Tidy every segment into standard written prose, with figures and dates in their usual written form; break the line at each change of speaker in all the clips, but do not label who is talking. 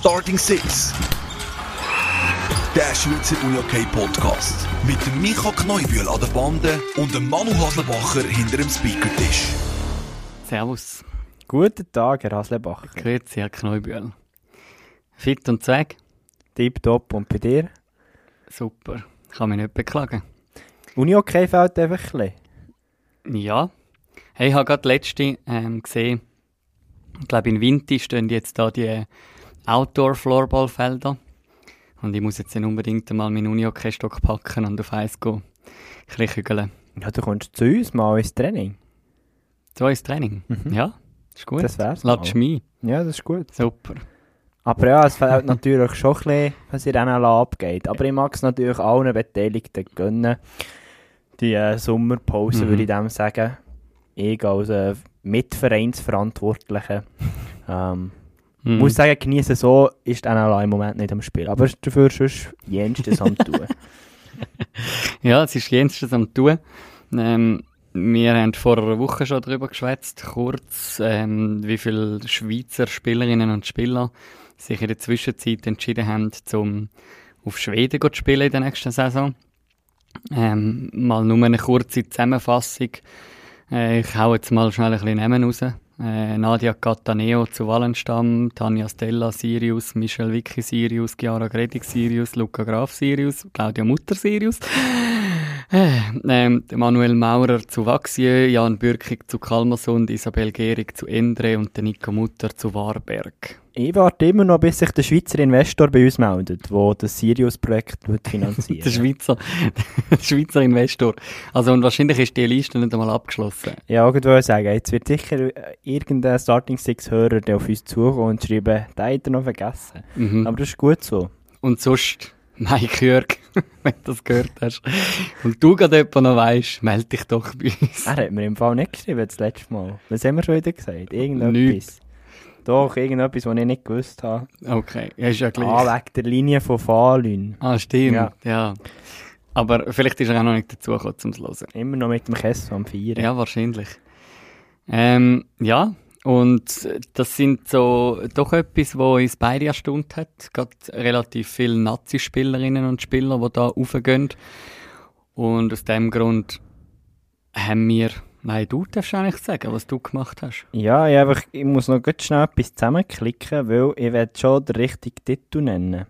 Starting Six. Der Schweizer Uni-OK-Podcast. Mit dem Micha Kneubühl an der Bande und dem Manu Haslebacher hinter dem Speakertisch.
Servus.
Guten Tag, Herr Haslebacher.
Grüezi, Herr Kneubühl. Fit und zweck?
Tipptopp. Und bei dir?
Super. Ich kann mich nicht beklagen.
Uni-OK fällt einfach ein bisschen.
Ja. Hey, ich habe gerade letzte gesehen, ich glaube in Winti stehen jetzt da die Outdoor-Floorballfelder. Und ich muss jetzt dann unbedingt einmal meinen Uni-OK-Stock packen und auf eins gehen. Ein bisschen kügeln.
Ja, du kommst zu uns mal ins Training.
So ins Training?
Mhm.
Ja, ist gut.
Das wär's.
Latsch mich.
Ja, das ist gut.
Super.
Aber ja, es fällt natürlich schon ein bisschen, was in NLA abgeht. Aber ich mag es natürlich allen Beteiligten gönnen. Die Sommerpause, würde ich dem sagen. Ich als Mitvereinsverantwortliche muss sagen, genießen so ist die NLA im Moment nicht am Spiel. Aber dafür sonst jenstes am Tun.
Ja, es ist jenstes am Tun. Wir haben vor einer Woche schon darüber geschwätzt, kurz, wie viele Schweizer Spielerinnen und Spieler sich in der Zwischenzeit entschieden haben, um auf Schweden zu spielen in der nächsten Saison. Mal nur eine kurze Zusammenfassung. Ich hau jetzt mal schnell ein bisschen Namen raus. Nadia Cattaneo zu Wallenstam, Tanja Stella Sirius, Michelle Vicky Sirius, Chiara Gredig Sirius, Luca Graf Sirius, Claudia Mutter Sirius, Manuel Maurer zu Vaxieux, Jan Bürkig zu Kalmersund, Isabel Gehrig zu Endre und der Nico Mutter zu Warberg.
Ich warte immer noch, bis sich der Schweizer Investor bei uns meldet, der das Sirius-Projekt finanziert.
Der Schweizer Investor. Also und wahrscheinlich ist die Liste nicht einmal abgeschlossen.
Ja, ich wollte sagen, jetzt wird sicher irgendein Starting Six-Hörer, der auf uns zukommt und schreiben, den hat er noch vergessen.
Mhm.
Aber das ist gut so.
Und sonst, Mike Jörg, wenn du das gehört hast, und du gerade jemanden noch weisst, melde dich doch bei uns.
Er hat mir im Fall nicht geschrieben, das letzte Mal. Was haben wir schon wieder gesagt? Irgendetwas.
Nichts.
Doch, irgendetwas, was ich nicht gewusst habe.
Okay, ja, ist ja gleich.
Wegen der Linie von Falun.
Stimmt, ja. Aber vielleicht ist er auch noch nicht dazu gekommen, um zu hören.
Immer noch mit dem Kesso am Feiern.
Ja, wahrscheinlich. Ja, und das sind so doch etwas, was uns beide erstaunt hat. Gerade relativ viele Nazi-Spielerinnen und Spieler, die da raufgehen. Und aus dem Grund haben wir... Nein, du darfst eigentlich sagen, was du gemacht hast.
Ja, ich muss noch ganz schnell etwas zusammenklicken, weil ich will schon den richtigen Titel nennen.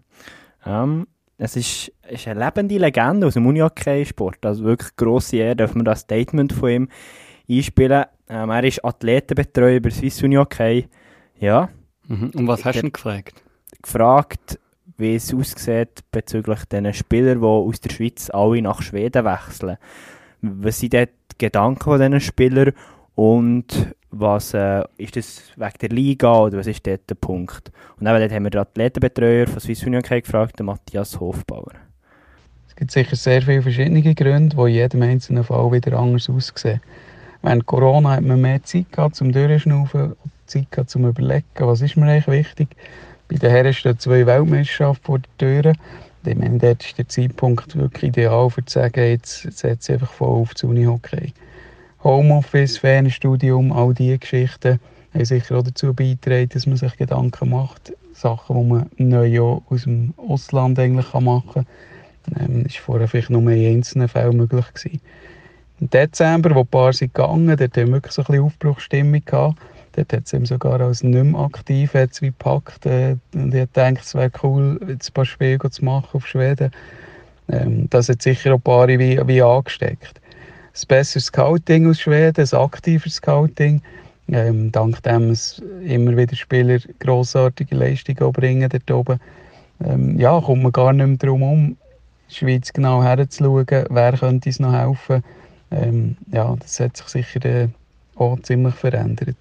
Es ist eine lebende Legende aus dem Uni-OK-Sport. Also wirklich grosse Ehre, dürfen wir das Statement von ihm einspielen. Er ist Athletenbetreuer bei Swiss Uni-OK. Ja.
Und was hast du denn gefragt?
Gefragt, wie es aussieht bezüglich den Spielern, die aus der Schweiz alle nach Schweden wechseln. Was sind dort die Gedanken von diesen Spielern und was ist das wegen der Liga oder was ist dort der Punkt? Und eben dort haben wir den Athletenbetreuer von Swiss Uni OK gefragt, den Matthias Hofbauer.
Es gibt sicher sehr viele verschiedene Gründe, die in jedem einzelnen Fall wieder anders aussehen. Während Corona hat man mehr Zeit gehabt zum Durchschnaufen, Zeit gehabt zum Überlegen, was ist mir eigentlich wichtig. Bei den Herren stehen 2 Weltmeisterschaften vor der Tür. Ich meine, dort ist der Zeitpunkt wirklich ideal, um zu sagen, jetzt setze ich einfach voll auf das Uni-Hockey. Homeoffice, Fernstudium, all diese Geschichten haben sicher auch dazu beigetragen, dass man sich Gedanken macht. Sachen, die man neu aus dem Ausland eigentlich machen kann. Das war vorher vielleicht nur in einzelnen Fällen möglich gewesen. Im Dezember, wo die Paar sind gegangen, dort haben wir wirklich so ein bisschen Aufbruchsstimmung gehabt. Dort hat es ihm sogar als nicht mehr aktiv gepackt. Und ich dachte, es wäre cool, jetzt ein paar Spiele zu machen auf Schweden. Das hat sicher auch ein paar wie angesteckt. Ein besseres Scouting aus Schweden, ein aktives Scouting. Dank dem es immer wieder Spieler grossartige Leistungen bringen dort oben. Kommt man gar nicht mehr darum um, in die Schweiz genau herzuschauen, wer könnte uns noch helfen. Das hat sich sicher auch ziemlich verändert.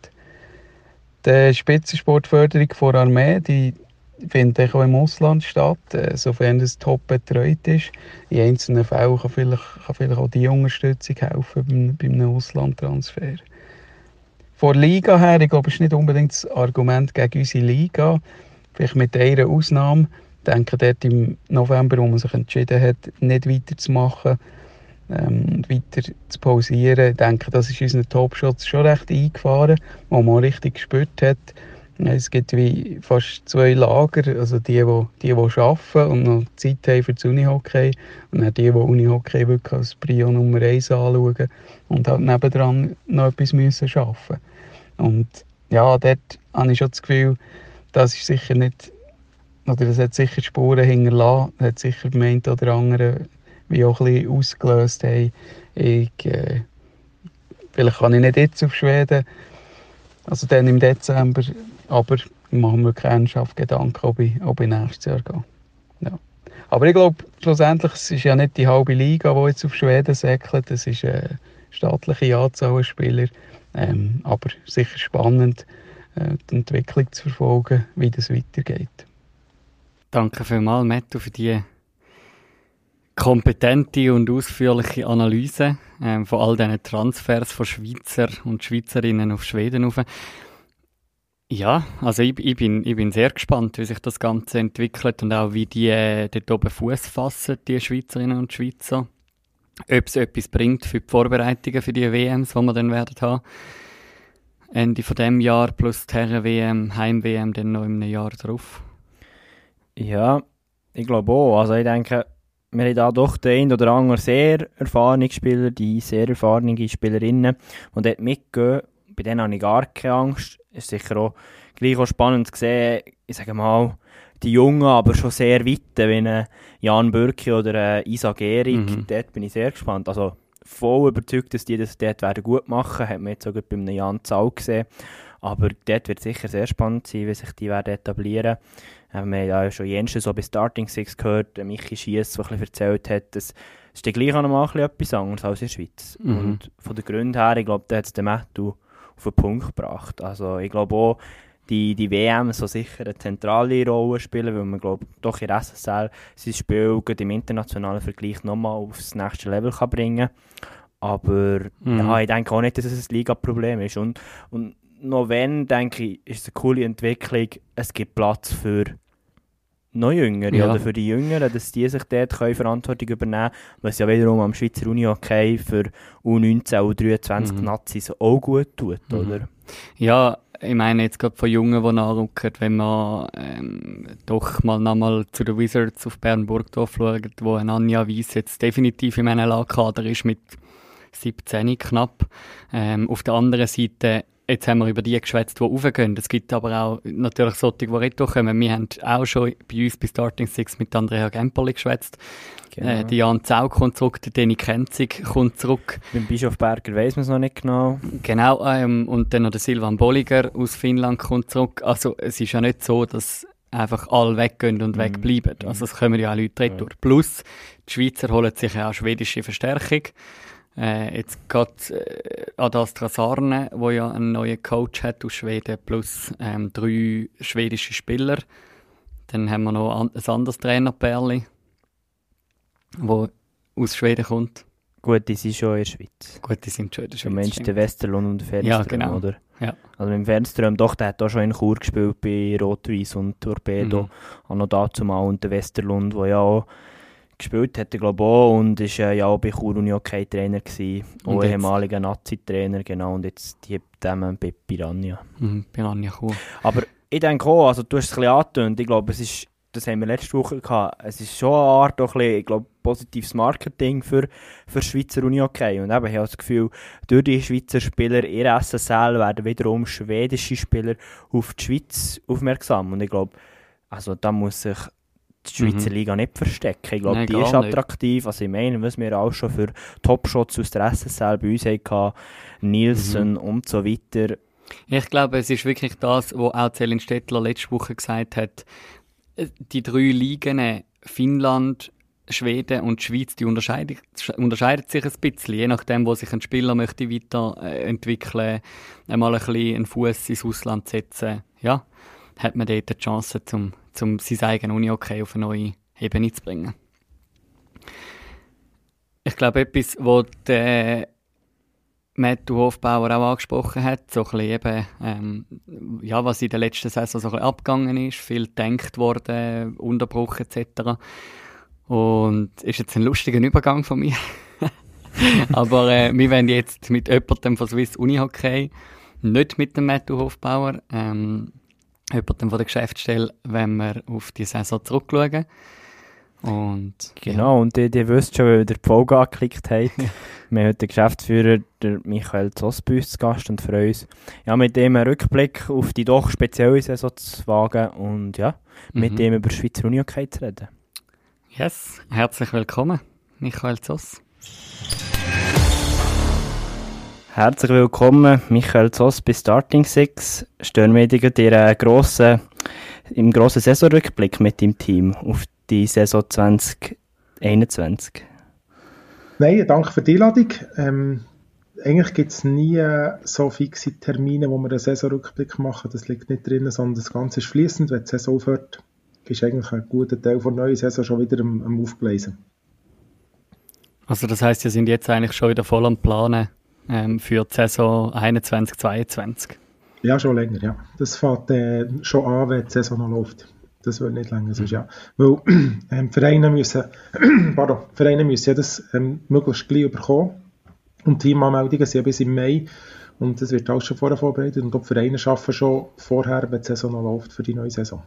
Die Spitzensportförderung der Armee, die findet auch im Ausland statt, sofern es top betreut ist. In einzelnen Fällen kann vielleicht auch die Unterstützung helfen bei einem Auslandtransfer. Von der Liga her, ich glaube, es ist nicht unbedingt das Argument gegen unsere Liga. Vielleicht mit einer Ausnahme. Ich denke, dort im November, wo man sich entschieden hat, nicht weiterzumachen, weiter zu pausieren. Ich denke, das ist unseren Topshots schon recht eingefahren, wo man auch richtig gespürt hat, Es gibt wie fast 2 Lager, also die arbeiten und noch Zeit haben für das Unihockey und dann die Unihockey wirklich als Prio Nummer 1 anschauen und halt nebendran noch etwas müssen arbeiten. Und ja, dort habe ich schon das Gefühl, das ist sicher nicht, oder das hat sicher Spuren hinterlassen, das hat sicher beim einen oder anderen wie auch ein bisschen ausgelöst, hey, vielleicht kann ich nicht jetzt auf Schweden, also dann im Dezember, aber ich mache mir wirklich ernsthaft Gedanken, ob ich nächstes Jahr gehe. Ja. Aber ich glaube, schlussendlich, es ist ja nicht die halbe Liga, die jetzt auf Schweden säckelt, es ist eine staatliche Anzahl an Spielern, aber sicher spannend, die Entwicklung zu verfolgen, wie das weitergeht.
Danke vielmals, Matthew, für die kompetente und ausführliche Analyse von all diesen Transfers von Schweizer und Schweizerinnen auf Schweden rauf. Ja, also ich bin sehr gespannt, wie sich das Ganze entwickelt und auch wie die dort oben Fuß fassen, die Schweizerinnen und Schweizer. Ob es etwas bringt für die Vorbereitungen für die WMs, die wir dann werden haben. Ende von diesem Jahr plus die Herren-WM, Heim-WM dann noch im Jahr drauf.
Ja, ich glaube auch. Also ich denke, wir haben da doch den einen oder anderen sehr erfahrenen Spieler, die sehr erfahrenen Spielerinnen, die dort mitgehen. Bei denen habe ich gar keine Angst. Es ist sicher auch gleich auch spannend zu sehen, ich sage mal, die Jungen, aber schon sehr weit, wie ein Jan Bürki oder ein Isa Gehrig. Dort bin ich sehr gespannt. Also voll überzeugt, dass die das dort werden gut machen werden. Hat man jetzt sogar bei einem Jan Zau gesehen. Aber dort wird sicher sehr spannend sein, wie sich die werden etablieren. Wir haben ja schon Jensen so bei Starting Six gehört, Michi Schiess, der ein bisschen erzählt hat, dass es dann gleich einmal etwas anderes als in der Schweiz. Und von den Gründen her, ich glaube, da hat es den Matthew auf den Punkt gebracht. Also ich glaube auch, die WM so sicher eine zentrale Rolle spielen, weil man glaube doch in der SSL sein Spiel im internationalen Vergleich nochmal aufs nächste Level kann bringen kann. Aber ja, ich denke auch nicht, dass es ein Liga-Problem ist. Und noch wenn, denke ich, ist es eine coole Entwicklung, es gibt Platz für noch Jüngere oder für die Jüngeren, dass die sich dort Verantwortung übernehmen können, was ja wiederum am Schweizer Unihockey für U19, U23 Nazis auch gut tut, oder?
Ja, ich meine jetzt gerade von Jungen, die nachrücken, wenn man doch nochmal zu den Wizards auf Bern-Burgdorf schaut, wo ein Anja Weiss jetzt definitiv in meinem Lagkader ist mit 17 knapp. Auf der anderen Seite, jetzt haben wir über die geschwätzt, die raufgehen. Es gibt aber auch natürlich solche, die retourkommen. Wir haben auch schon bei uns bei Starting Six mit Andrea Gemperli geschwätzt. Genau. Die Jan Zau kommt zurück, der Deni Kenzig kommt zurück.
Beim Bischof Berger weiss man es noch nicht genau.
Genau, und dann noch der Silvan Bolliger aus Finnland kommt zurück. Also es ist ja nicht so, dass einfach alle weggehen und wegbleiben. Also es kommen ja auch Leute retour. Plus, die Schweizer holen sich ja auch schwedische Verstärkung. Jetzt geht Ad Astra Sarne, wo ja einen neuen Coach hat aus Schweden, plus 3 schwedische Spieler. Dann haben wir noch ein anderes Trainerpärli, wo aus Schweden kommt.
Gut, die sind schon in der Schweiz.
Gut, die sind schon in der Schweiz.
Du meinst den Westerlund und den Fernström,
ja, genau.
oder?
Ja.
Also mit dem Fernström, doch, der hat auch schon in Chur gespielt bei Rot-Weiss und Torpedo. Auch noch dazu mal. Und der Westerlund, der ja auch gespielt hat, glaube ich auch, und ist ja auch bei Chur Unihockey-Trainer gewesen. Auch ehemaliger Nazi-Trainer, genau. Und jetzt die bei Piranha.
Piranha Chur.
Aber ich denke auch, also du hast es ein bisschen angetönt, ich glaube, es ist, das haben wir letzte Woche gehabt, es ist schon eine Art, auch ein bisschen, ich glaube, positives Marketing für Schweizer Unihockey. Und eben, ich habe das Gefühl, durch die Schweizer Spieler in der SSL werden wiederum schwedische Spieler auf die Schweiz aufmerksam. Und ich glaube, also da muss sich die Schweizer Liga nicht verstecken. Ich glaube, die ist attraktiv. Nicht. Also ich meine, was wir auch schon für Topshots aus der SSL bei uns hatten, Nielsen und so weiter.
Ich glaube, es ist wirklich das, was auch Celine Stettler letzte Woche gesagt hat. Die 3 Ligen, Finnland, Schweden und Schweiz, die unterscheiden sich ein bisschen, je nachdem, wo sich ein Spieler möchte weiterentwickeln, einmal ein bisschen einen Fuß ins Ausland setzen, ja, hat man dort die Chance, um sein eigenes Unihockey auf eine neue Ebene zu bringen. Ich glaube, etwas, was der Matthew Hofbauer auch angesprochen hat, so ein bisschen eben, ja, was in der letzten Saison so ein bisschen abgegangen ist, viel gedacht worden, Unterbruch etc. Und ist jetzt ein lustiger Übergang von mir. Aber wir wollen jetzt mit jemandem von Swiss Unihockey, nicht mit dem Matthew Hofbauer, jemanden von der Geschäftsstelle, wenn wir auf die Saison zurückschauen. Und,
genau, und ihr wisst schon, weil ihr die Folge angeklickt habt. Wir haben heute den Geschäftsführer, der Michael Zoss, bei uns zu Gast und freuen uns, mit dem einen Rückblick auf die doch spezielle Saison zu wagen und mit dem über Schweizer Unihockey zu reden.
Yes, herzlich willkommen, Michael Zoss.
Herzlich willkommen, Michael Zoss bei Starting Six. Stehen wir im grossen Saisonrückblick mit dem Team auf die Saison 2021.
Nein, danke für die Einladung. Eigentlich gibt es nie so fixe Termine, wo wir einen Saisonrückblick machen. Das liegt nicht drin, sondern das Ganze ist fließend. Wenn die Saison aufhört, ist eigentlich ein guter Teil der neuen Saison schon wieder am Aufgleisen.
Also das heisst, ihr sind jetzt eigentlich schon wieder voll am Planen für die Saison 21/22?
Ja, schon länger, ja. Das fängt schon an, wenn die Saison noch läuft. Das wird nicht länger sein, ja. Weil Vereine müssen ja das möglichst gleich bekommen. Und Teamanmeldungen sind ja bis im Mai. Und das wird alles schon vorher vorbereitet. Und die Vereine arbeiten schon vorher, wenn die Saison noch läuft, für die neue Saison.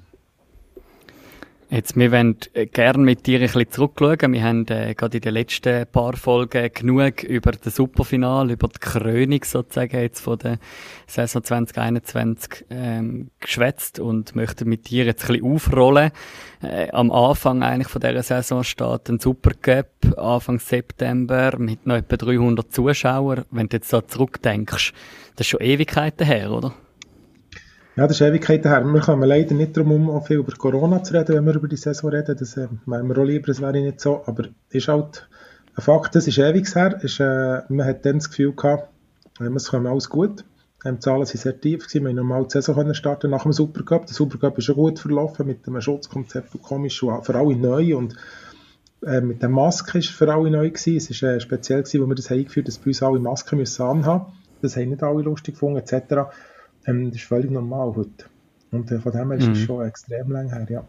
Jetzt, wir wollen gerne mit dir ein bisschen zurückschauen. Wir haben gerade in den letzten paar Folgen genug über das Superfinale, über die Krönung sozusagen jetzt von der Saison 2021 geschwätzt und möchten mit dir jetzt ein bisschen aufrollen. Am Anfang eigentlich von dieser Saison steht ein Supercup, Anfang September, mit noch etwa 300 Zuschauern. Wenn du jetzt da zurückdenkst, das ist schon Ewigkeiten her, oder?
Ja, das ist Ewigkeiten her. Wir kommen leider nicht darum, auch viel über Corona zu reden, wenn wir über die Saison reden. Das meinen wir auch lieber, das wäre nicht so. Aber ist halt ein Fakt, das ist ewig her. Man hat dann das Gefühl gehabt, es kommt alles gut. Die Zahlen waren sehr tief gewesen. Wir haben normal die Saison starten nach dem Supercup. Der Supercup ist schon gut verlaufen mit dem Schutzkonzept und komisch für alle neu. Und mit der Maske ist für alle neu gewesen. Es war speziell gewesen, wo wir das eingeführt haben, dass bei uns alle Masken müssen anhaben. Das haben nicht alle lustig gefunden, etc. Das ist völlig normal heute. Und von dem her ist es schon extrem lang her, ja.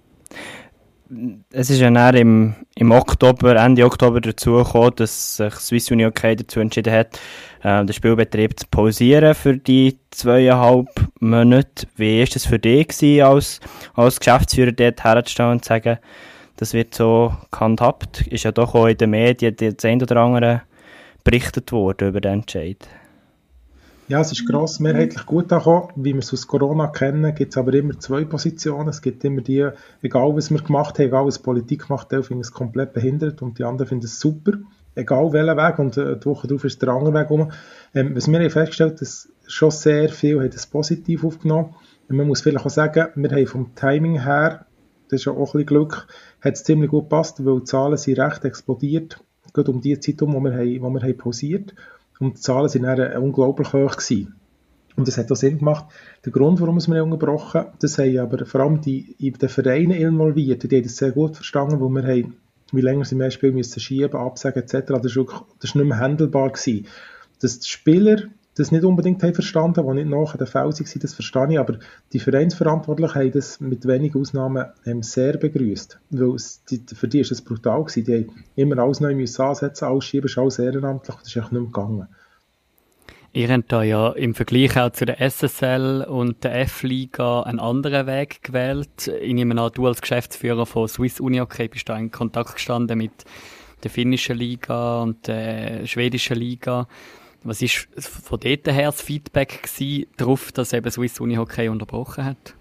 Es ist ja dann im Oktober, Ende Oktober dazu gekommen, dass sich Swiss Unihockey dazu entschieden hat, den Spielbetrieb zu pausieren für die 2,5 Monate. Wie war das für dich gewesen, als Geschäftsführer dort herzustehen und zu sagen, das wird so gehandhabt? Ist ja doch auch in den Medien das ein oder andere berichtet worden über den Entscheid.
Ja, es ist grossmehrheitlich gut angekommen. Wie wir es aus Corona kennen, gibt es aber immer zwei Positionen. Es gibt immer die, egal was wir gemacht haben, egal was Politik gemacht hat, finden es komplett behindert und die anderen finden es super. Egal welchen Weg und die Woche darauf ist der andere Weg rum. Was wir haben festgestellt, dass schon sehr viel hat es positiv aufgenommen. Und man muss vielleicht auch sagen, wir haben vom Timing her, das ist ja auch ein bisschen Glück, hat es ziemlich gut gepasst, weil die Zahlen sind recht explodiert, gerade um die Zeit wo wir pausiert haben. Und die Zahlen waren dann unglaublich hoch gewesen. Und das hat auch Sinn gemacht. Der Grund, warum wir unterbrochen haben, das haben aber vor allem die in den Vereinen involviert. Die haben das sehr gut verstanden, weil wir haben, wie länger sie mehr Spiel müssen schieben, absagen etc. Das war nicht mehr handelbar gewesen. Dass die Spieler das nicht unbedingt haben verstanden, die nicht nachher der Fall waren, das verstehe ich, aber die Vereinsverantwortlichen haben das mit wenigen Ausnahmen sehr begrüßt, weil für die war das brutal gewesen. Die haben immer alles neu ansetzen, alles schieben, alles ehrenamtlich, das ist eigentlich nicht mehr gegangen.
Ihr habt da ja im Vergleich auch zu der SSL und der F-Liga einen anderen Weg gewählt. Ich nehme an, du als Geschäftsführer von Swiss Unihockey bist da in Kontakt gestanden mit der finnischen Liga und der schwedischen Liga. Was war von dort her das Feedback darauf, dass eben Swiss Unihockey unterbrochen hat?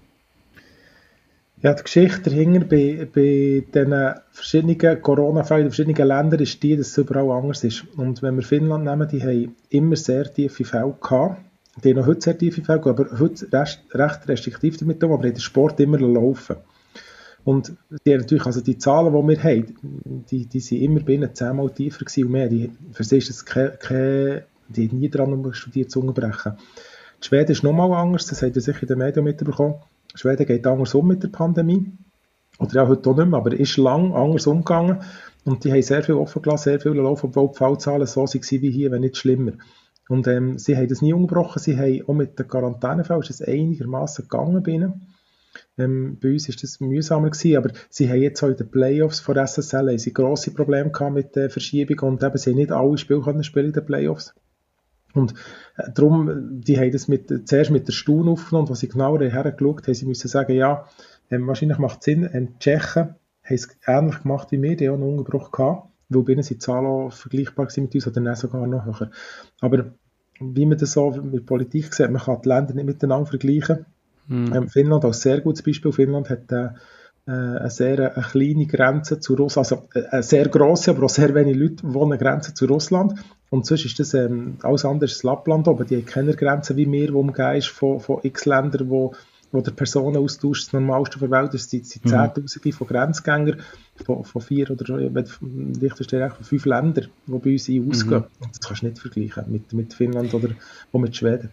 Ja, die Geschichte dahinter bei diesen verschiedenen Corona-Fällen in verschiedenen Ländern ist die, dass es überall anders ist. Und wenn wir Finnland nehmen, die haben immer sehr tiefe Fälle gehabt. Die haben noch heute sehr tiefe Fälle, aber heute recht restriktiv damit um, aber den Sport immer laufen. Und die natürlich, also die Zahlen, die wir haben, die sind immer bei ihnen 10-mal tiefer gewesen und mehr. Für sie ist das die haben nie daran studiert zu unterbrechen. Die Schweden ist nochmal anders, das habt ihr sicher in den Medien mitbekommen. Schweden geht anders um mit der Pandemie. Oder ja, heute auch nicht mehr, aber ist lang anders umgegangen. Und die haben sehr viel offen gelassen, sehr viel laufen, obwohl die Fallzahlen so waren wie hier, wenn nicht schlimmer. Und sie haben das nie unterbrochen. Sie haben auch mit den Quarantänefällen ist das einigermaßen gegangen bei ihnen. Bei uns war das mühsamer gewesen, aber sie haben jetzt auch in den Playoffs von SSL haben sie grosse Probleme gehabt mit der Verschiebung und eben, sie haben nicht alle Spiele können spielen in den Playoffs. Und darum, die haben das zuerst mit der Staun aufgenommen, und als sie genauer hergeschaut haben, sie müssen sagen, ja, wahrscheinlich macht es Sinn, die Tschechen haben es ähnlich gemacht wie wir, die haben auch einen Unterbruch gehabt, weil bei ihnen sind die Zahlen auch vergleichbar mit uns oder dann sogar noch höher. Aber wie man das so mit Politik sieht, man kann die Länder nicht miteinander vergleichen. Finnland als sehr gutes Beispiel. Finnland hat eine kleine Grenze zu Russland, also eine sehr grosse, aber auch sehr wenige Leute wohnen Grenze zu Russland. Und sonst ist das alles andere das Lappland oben. Die haben keine Grenze wie wir, die umgeben ist von x Ländern, wo der Personenaustausch das Normalste der Welt ist. Es sind Zehntausende von Grenzgängern von 4 oder von 5 Ländern, die bei uns ausgehen. Und das kannst du nicht vergleichen mit Finnland oder auch mit Schweden.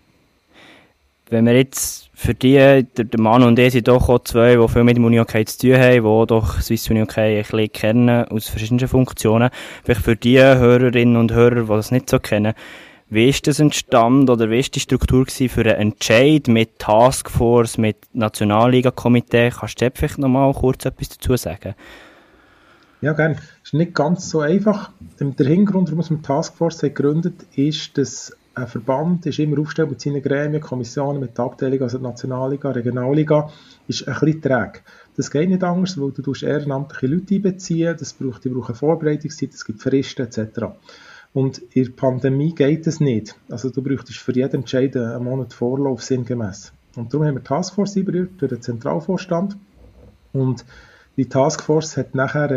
Wenn wir jetzt für die, der Manu und ich sind doch auch zwei, die viel mit dem Unihockey zu tun haben, die doch Swiss Unihockey ein bisschen kennen, aus verschiedenen Funktionen. Vielleicht für die Hörerinnen und Hörer, die das nicht so kennen, wie ist das entstanden oder wie ist die Struktur gewesen für einen Entscheid mit Taskforce, mit Nationalliga-Komitee? Kannst du vielleicht noch mal kurz etwas dazu sagen?
Ja, gerne. Es ist nicht ganz so einfach. Der Hintergrund, warum wir Taskforce gegründet haben, ist, dass ein Verband ist immer aufgestellt mit seinen Gremien, Kommissionen, mit der Abteilung, also Nationalliga, Regionalliga, ist ein bisschen träge. Das geht nicht anders, weil du ehrenamtliche Leute einbeziehen, die brauchen Vorbereitungszeit, es gibt Fristen etc. Und in der Pandemie geht es nicht. Also du bräuchtest für jeden Entscheid einen Monat Vorlauf sinngemäß. Und darum haben wir Taskforce einberufen durch den Zentralvorstand. Und die Taskforce hat nachher,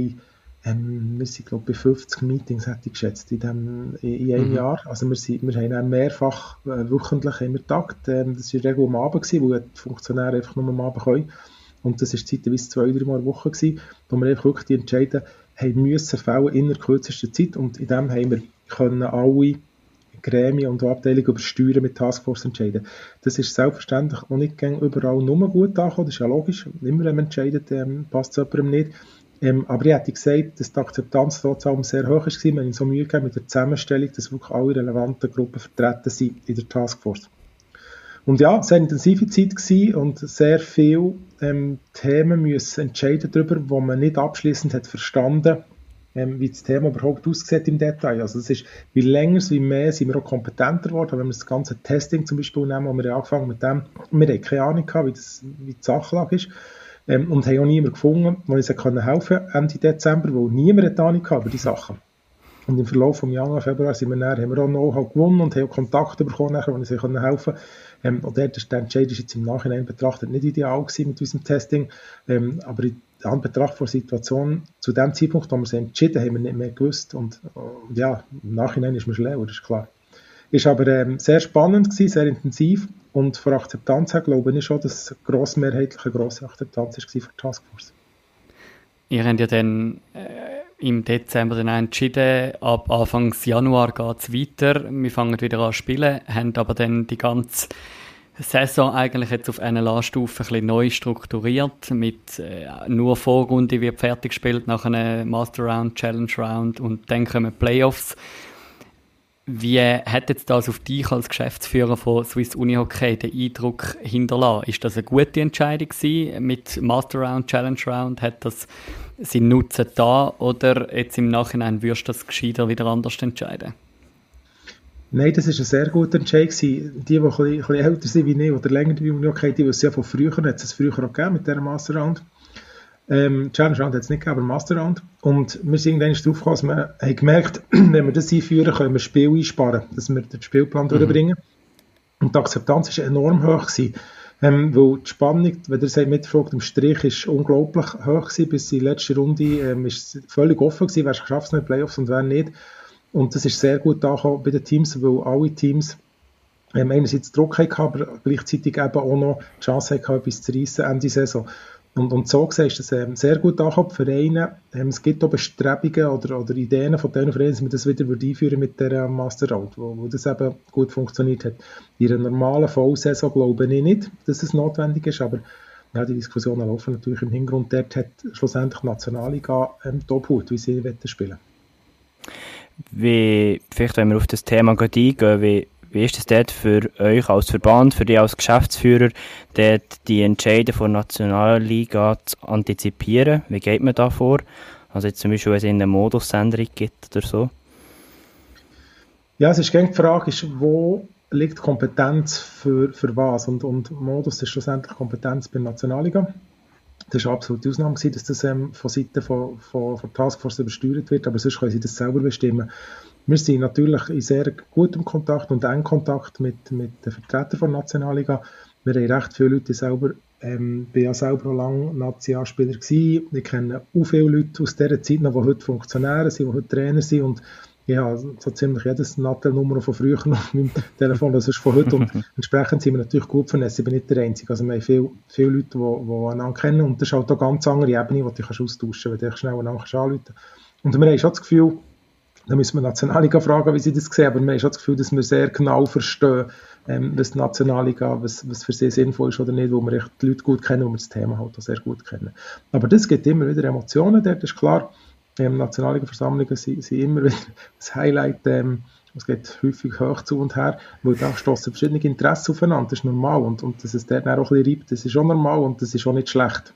wir sind, glaube ich, bei 50 Meetings, hätte ich geschätzt, in einem Jahr. Also wir haben dann mehrfach wöchentlich im Tag. Das war Regel am Abend, weil die Funktionäre einfach nur am Abend können. Und das war zeitweise 2-3 Mal in der Woche, wo wir einfach wirklich die Entscheidungen müssen fällen in der kürzesten Zeit. Und in dem haben wir können alle Gremien und Abteilungen über Steuern mit Taskforce entscheiden. Das ist selbstverständlich auch nicht überall nur gut angekommen. Das ist ja logisch. Immer wenn man entscheidet, passt es jemandem nicht. Aber ich hätte gesagt, dass die Akzeptanz trotzdem sehr hoch war. Wir haben so Mühe gegeben mit der Zusammenstellung, dass wirklich alle relevanten Gruppen vertreten sind in der Taskforce. Und ja, es war eine intensive Zeit gewesen und sehr viele Themen müssen entscheiden darüber, wo man nicht abschließend hat verstanden, wie das Thema überhaupt aussieht im Detail. Also es ist, wie länger, wie mehr sind wir auch kompetenter geworden. Wenn wir das ganze Testing zum Beispiel nehmen, wo wir angefangen mit dem, wir hatten keine Ahnung gehabt, wie die Sachlage ist. Und haben auch niemanden gefunden, der uns helfen konnte Ende Dezember, weil niemand eine Ahnung hatte über die Sachen. Und im Verlauf des Januar, Februar haben wir auch Know-how gewonnen und haben auch Kontakte bekommen, die uns helfen konnten. Und der Entscheid ist jetzt im Nachhinein betrachtet nicht ideal gewesen mit unserem Testing. Aber in Anbetracht der Situation, zu dem Zeitpunkt, wo wir es entschieden haben, wir nicht mehr gewusst. Und ja, im Nachhinein ist man schlauer, das ist klar. Ist aber sehr spannend gewesen, sehr intensiv. Und von Akzeptanz her glaube ich schon, dass grossmehrheitlich eine grosse Akzeptanz war für die Taskforce.
Ihr habt ja dann im Dezember dann entschieden, ab Anfang Januar geht es weiter. Wir fangen wieder an zu spielen, haben aber dann die ganze Saison eigentlich jetzt auf NLA-Stufe ein bisschen neu strukturiert, mit nur Vorrunde wird fertig gespielt, nach einer Master Round, Challenge Round und dann kommen Playoffs. Wie hat jetzt das auf dich als Geschäftsführer von Swiss Unihockey den Eindruck hinterlassen? Ist das eine gute Entscheidung gewesen mit Master Round, Challenge Round? Hat das seinen Nutzen da oder jetzt im Nachhinein würdest du das gescheiter wieder anders entscheiden?
Nein, das war ein sehr guter Entscheid gewesen. Die ein bisschen älter sind wie ich oder länger wie Unihockey, die wissen ja von früher, hat es früher auch gegeben mit dieser Master Round. Challenge Round hat es nicht gegeben, aber Master Round. Und wir sind irgendwann drauf gekommen, dass wir haben gemerkt, wenn wir das einführen, können wir Spiel einsparen, dass wir den Spielplan durchbringen. Und die Akzeptanz war enorm hoch gewesen. Weil die Spannung, wenn ihr es mitfragt, im Strich ist unglaublich hoch gewesen. Bis in die letzte Runde ist es völlig offen gewesen, wer es geschafft hat in den Playoffs und wer nicht. Und das ist sehr gut angekommen bei den Teams, weil alle Teams einerseits Druck hatten, aber gleichzeitig eben auch noch die Chance hatten, etwas zu reissen Ende Saison. Und so gesehen ist das sehr gut angekommen. Die Vereine, es gibt auch Bestrebungen oder Ideen von diesen Vereinen, dass wir das wieder einführen mit der Master Round, wo das eben gut funktioniert hat. In einer normalen Vollsaison glaube ich nicht, dass es notwendig ist, aber ja, die Diskussionen laufen natürlich im Hintergrund. Dort hat schlussendlich die Nationalliga Top-Hut, wie sie spielen.
Vielleicht, wenn wir auf das Thema eingehen, wie ist es dort für euch als Verband, für dich als Geschäftsführer, dort die Entscheide der Nationalliga zu antizipieren? Wie geht man da vor? Also jetzt zum Beispiel, wenn es eine Modusänderung gibt oder so?
Ja, es ist gerne die Frage, wo liegt Kompetenz für was? Und Modus ist schlussendlich Kompetenz bei der Nationalliga. Das war eine absolute Ausnahme, dass das von Seiten von Taskforce übersteuert wird, aber sonst können sie das selber bestimmen. Wir sind natürlich in sehr gutem Kontakt und engen Kontakt mit den Vertretern der Nationalliga. Wir haben recht viele Leute selber, bin ja selber auch lange Nationalspieler gewesen. Ich kenne auch viele Leute aus dieser Zeit noch, die heute Funktionäre sind, die heute Trainer sind und ja, so ziemlich jedes Nattel-Nummer von früher noch auf meinem Telefon, das ist von heute und entsprechend sind wir natürlich gut vernetzt, ich bin nicht der Einzige, also wir haben viele Leute, die einander kennen und das ist halt eine ganz andere Ebene, die du austauschen kannst, wenn du schnell einander anrufen kannst. Und wir haben schon das Gefühl, da müssen wir die Nationalliga fragen, wie sie das sehen, aber wir haben schon das Gefühl, dass wir sehr genau verstehen, was die Nationalliga, was für sie sinnvoll ist oder nicht, wo wir echt die Leute gut kennen, wo wir das Thema halt auch sehr gut kennen. Aber das gibt immer wieder Emotionen, das ist klar. Nationalliga-Versammlungen sind immer wieder das Highlight. Es geht häufig hoch zu und her, weil da stossen verschiedene Interessen aufeinander. Das ist normal. Und dass es dort auch ein bisschen reibt, das ist auch normal und das ist auch nicht schlecht.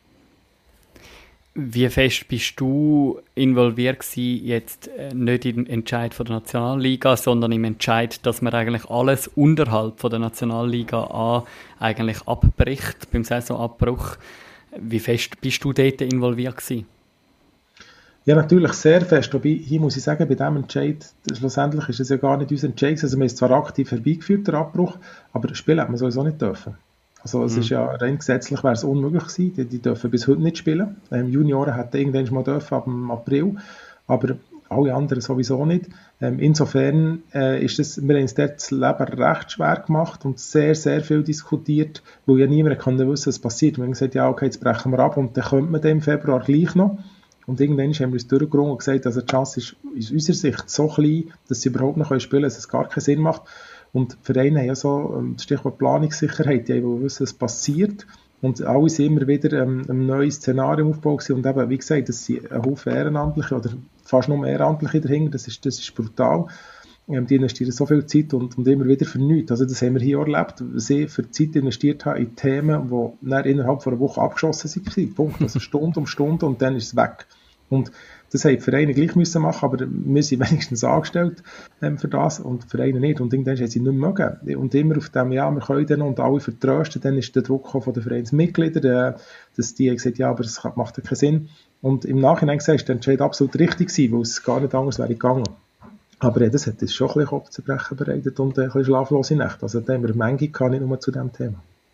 Wie fest bist du involviert gewesen, jetzt nicht im Entscheid von der Nationalliga, sondern im Entscheid, dass man eigentlich alles unterhalb von der Nationalliga an eigentlich abbricht, beim Saisonabbruch? Wie fest bist du dort involviert gewesen?
Ja, natürlich sehr fest. Wobei, hier muss ich sagen, bei diesem Entscheid, schlussendlich ist es ja gar nicht unser Entscheid. Also, man ist zwar aktiv herbeigeführt, der Abbruch, aber spielen hat man sowieso nicht dürfen. Also, es ist ja rein gesetzlich wäre es unmöglich gewesen. Die dürfen bis heute nicht spielen. Junioren hätten irgendwann mal dürfen, ab dem April. Aber alle anderen sowieso nicht. Insofern ist es, wir haben uns dort das Leben recht schwer gemacht und sehr, sehr viel diskutiert, weil ja niemand konnte wissen, was passiert. Wir haben gesagt, ja, okay, jetzt brechen wir ab und dann könnte man dann im Februar gleich noch. Und irgendwann haben wir uns durchgerungen und gesagt, also die Chance ist aus unserer Sicht so klein, dass sie überhaupt noch spielen können, dass es gar keinen Sinn macht. Und die Vereine haben ja so das Stichwort Planungssicherheit, die wollen wissen, was passiert. Und alle sind immer wieder ein neues Szenario aufgebaut und eben, wie gesagt, das sind ein Haufen Ehrenamtliche oder fast nur Ehrenamtliche dahinter, das ist brutal. Die investieren so viel Zeit und immer wieder für nichts. Also das haben wir hier auch erlebt, sie für Zeit investiert haben in Themen, die dann innerhalb von einer Woche abgeschossen waren. Punkt. Also Stunde um Stunde und dann ist es weg. Und das haben die Vereine gleich müssen machen, aber wir sind wenigstens angestellt für das und die Vereine nicht. Und irgendwann haben sie nicht mögen. Und immer auf dem, ja, wir können dann und alle vertrösten, dann ist der Druck von den Vereinsmitgliedern, dass die gesagt ja, aber das macht ja keinen Sinn. Und im Nachhinein gesagt, ist der Entscheid absolut richtig gewesen, weil es gar nicht anders wäre gegangen. Aber das hat uns schon ein bisschen Kopfzerbrechen bereitet und ein bisschen schlaflose Nächte. Also da haben wir Menge gehabt, nicht nur zu diesem Thema.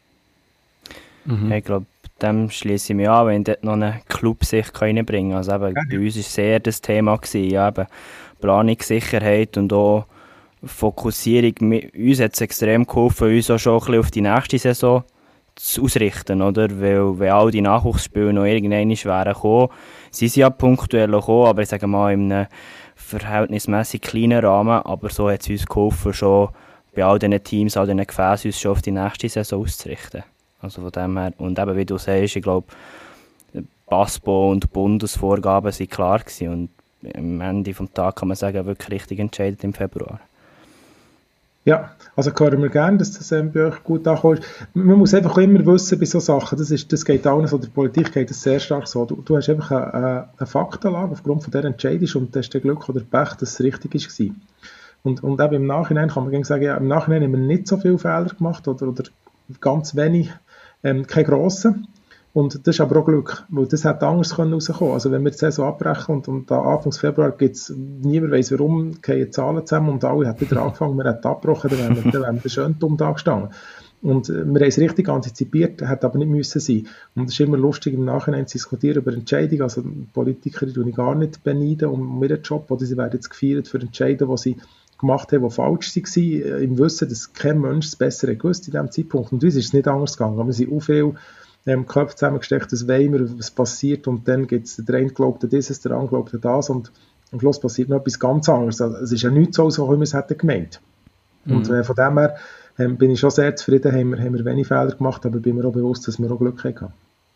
Mhm. Ich glaube, dem schließe ich mich an, wenn dort noch einen Club sich reinbringen kann. Also eben, bei uns war sehr das Thema gewesen, ja, eben Planungssicherheit und auch Fokussierung. Uns hat es extrem geholfen, uns auch schon ein bisschen auf die nächste Saison zu ausrichten, oder? Weil, wenn all die Nachwuchsspiele noch irgendwann wären gekommen, sie sind ja punktuell gekommen, aber ich sage mal in einem verhältnismäßig kleinen Rahmen, aber so hat es uns geholfen, schon bei all diesen Teams, all diesen Gefäßen uns schon auf die nächste Saison auszurichten. Also von dem her, und eben wie du sagst, ich glaube, BASPO und Bundesvorgaben waren klar gewesen und am Ende des Tages kann man sagen, wirklich richtig entscheidet im Februar.
Ja, also hören wir gerne, dass das bei euch gut ankommt. Man muss einfach immer wissen bei solchen Sachen, das geht auch nicht so, der Politik geht das sehr stark so. Du hast einfach eine Faktenlage aufgrund von dieser Entscheidung und das ist der Glück oder Pech, dass es richtig war. Und eben im Nachhinein kann man sagen, ja, im Nachhinein haben wir nicht so viele Fehler gemacht oder ganz wenig, keine grossen. Und das ist aber auch Glück, weil das hätte anders rauskommen können. Also wenn wir die Saison abbrechen und Anfang Februar gibt es, niemand weiss warum, gehen Zahlen zusammen und alle hätten wieder angefangen, wir hätten abgebrochen, dann wären wir schön dumm da gestanden. Und wir haben es richtig antizipiert, hätte aber nicht müssen sein. Und es ist immer lustig, im Nachhinein zu diskutieren über Entscheidungen. Also Politiker tue ich gar nicht beneiden um ihren Job, oder sie werden jetzt gefeiert für Entscheidungen, die sie gemacht haben, die falsch waren, im Wissen, dass kein Mensch das Bessere gewusst in diesem Zeitpunkt. Und uns ist es nicht anders gegangen. Aber wir sind auch viel Köpfe zusammengesteckt, das wollen wir, was passiert, und dann gibt es, der eine glaubt dieses, der andere glaubt das, und am Schluss passiert noch etwas ganz anderes. Also, es ist ja nicht so, wie wir es hätten gemeint. Und von dem her bin ich schon sehr zufrieden, haben wir wenig Fehler gemacht, aber bin mir auch bewusst, dass wir auch Glück hatten.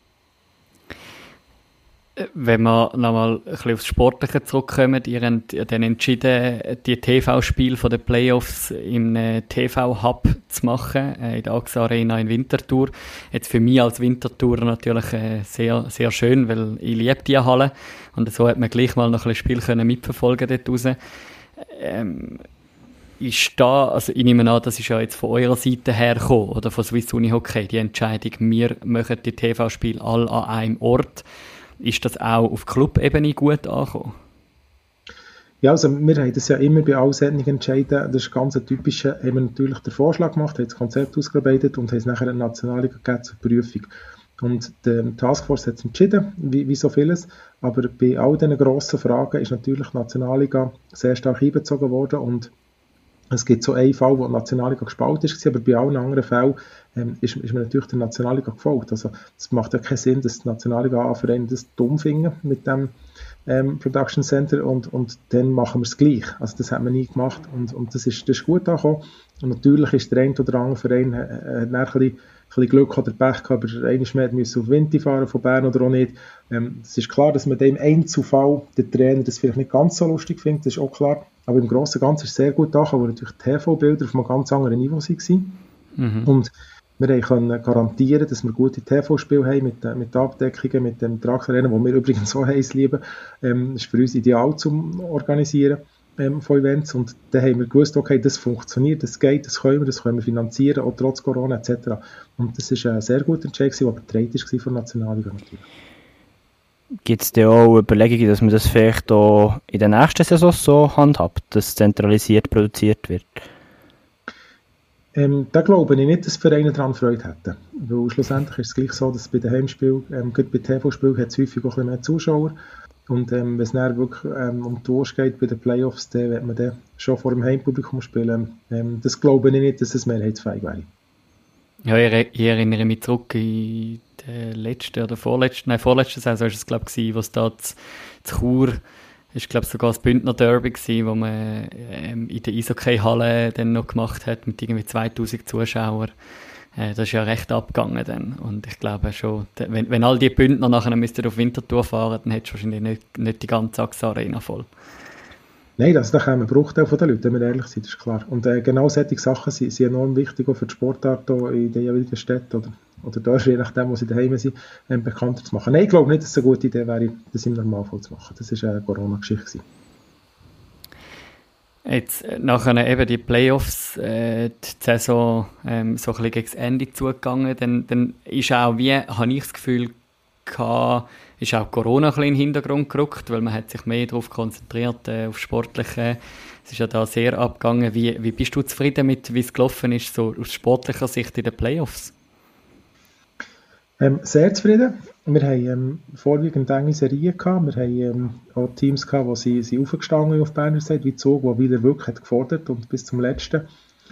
Wenn wir nochmal ein bisschen aufs Sportliche zurückkommen, ihr habt dann entschieden, die TV-Spiele von den Playoffs im TV-Hub zu machen, in der AXA Arena in Winterthur. Jetzt für mich als Winterthurer natürlich sehr, sehr schön, weil ich liebe die Halle und so hat man gleich mal noch ein bisschen Spiel mitverfolgen dort raus. ist da, also ich nehme an, das ist ja jetzt von eurer Seite hergekommen, oder von Swiss Uni Hockey, die Entscheidung, wir machen die TV-Spiele alle an einem Ort. Ist das auch auf Club-Ebene gut angekommen?
Ja, also wir haben das ja immer bei allen solchen Entscheiden, das ist ganz ein typischer, haben wir natürlich den Vorschlag gemacht, haben das Konzept ausgearbeitet und haben es nachher in der Nationalliga gegeben zur Prüfung. Und die Taskforce hat es entschieden, wie so vieles, aber bei all diesen grossen Fragen ist natürlich die Nationalliga sehr stark einbezogen worden und es gibt so einen Fall, wo die Nationalliga gespalten ist, aber bei allen anderen Fällen ist man natürlich der Nationalliga gefolgt. Also es macht ja keinen Sinn, dass die Nationalliga-Vereine das dumm finden mit dem Production Center und dann machen wir es gleich. Also das hat man nie gemacht und das ist gut angekommen. Und natürlich ist der ein oder andere Verein hat ein bisschen Glück oder Pech gehabt, aber einmal mehr müssen auf Winti fahren von Bern oder auch nicht. Es ist klar, dass man dem Einzelfall der Trainer das vielleicht nicht ganz so lustig findet, das ist auch klar. Aber im Großen und Ganzen ist es sehr gut angekommen, weil natürlich die TV-Bilder auf einem ganz anderen Niveau waren. Und wir können garantieren, dass wir gute TV-Spiele haben mit Abdeckungen, mit dem Tragsarena, wo wir übrigens so heiß lieben. Das ist für uns ideal zum Organisieren von Events. Und dann haben wir gewusst, okay, das funktioniert, das geht, das können wir finanzieren, auch trotz Corona etc. Und das ist ein sehr guter Entscheid, der betreut war von der Nationalliga natürlich.
Gibt es da auch Überlegungen, dass man das vielleicht auch in der nächsten Saison so handhabt, dass zentralisiert produziert wird?
Da glaube ich nicht, dass die Vereine daran Freude hätten. Weil schlussendlich ist es gleich so, dass bei den Heimspielen, gerade bei TV-Spielen, hat es häufig auch ein bisschen mehr Zuschauer. Und wenn es dann wirklich um die Wurst geht bei den Playoffs, dann wird man dann schon vor dem Heimpublikum spielen. Das glaube ich nicht, dass es mehrheitsfähig wäre.
Ja, ich erinnere mich zurück in der letzten oder vorletzten Saison war es, glaube ich, wo es da zu Chur ist, glaube ich, sogar das Bündner Derby gewesen, wo man in der Eishockey-Halle dann noch gemacht hat mit irgendwie 2000 Zuschauern. Das ist ja recht abgegangen dann. Und ich glaube schon, wenn all die Bündner nachher müssten auf Winterthur fahren, dann hättest du wahrscheinlich nicht die ganze Arena voll.
Nein, da kommen Bruchteil von den Leuten, wenn wir ehrlich sind, das ist klar. Und genau solche Sachen sind enorm wichtig, auch für die Sportart in den jeweiligen Städten oder da, je nachdem, wo sie daheim sind, bekannter zu machen. Nein, ich glaube nicht, dass es eine gute Idee wäre, das im Normalfall zu machen. Das war eine Corona-Geschichte.
Jetzt nachher eben die Playoffs, die Saison so ein bisschen gegen das Ende zugegangen, dann ist auch, habe ich das Gefühl gehabt, ist auch Corona ein bisschen in den Hintergrund gerückt, weil man hat sich mehr darauf konzentriert, auf Sportliche. Es ist ja da sehr abgegangen. Wie bist du zufrieden mit, wie es gelaufen ist, so aus sportlicher Sicht in den Playoffs?
Sehr zufrieden. Wir haben vorwiegend enge Serien gehabt. Wir haben auch Teams gehabt, die sie aufgestanden auf Berner Seite, wie Zug, die wieder wirklich hat gefordert und bis zum Letzten.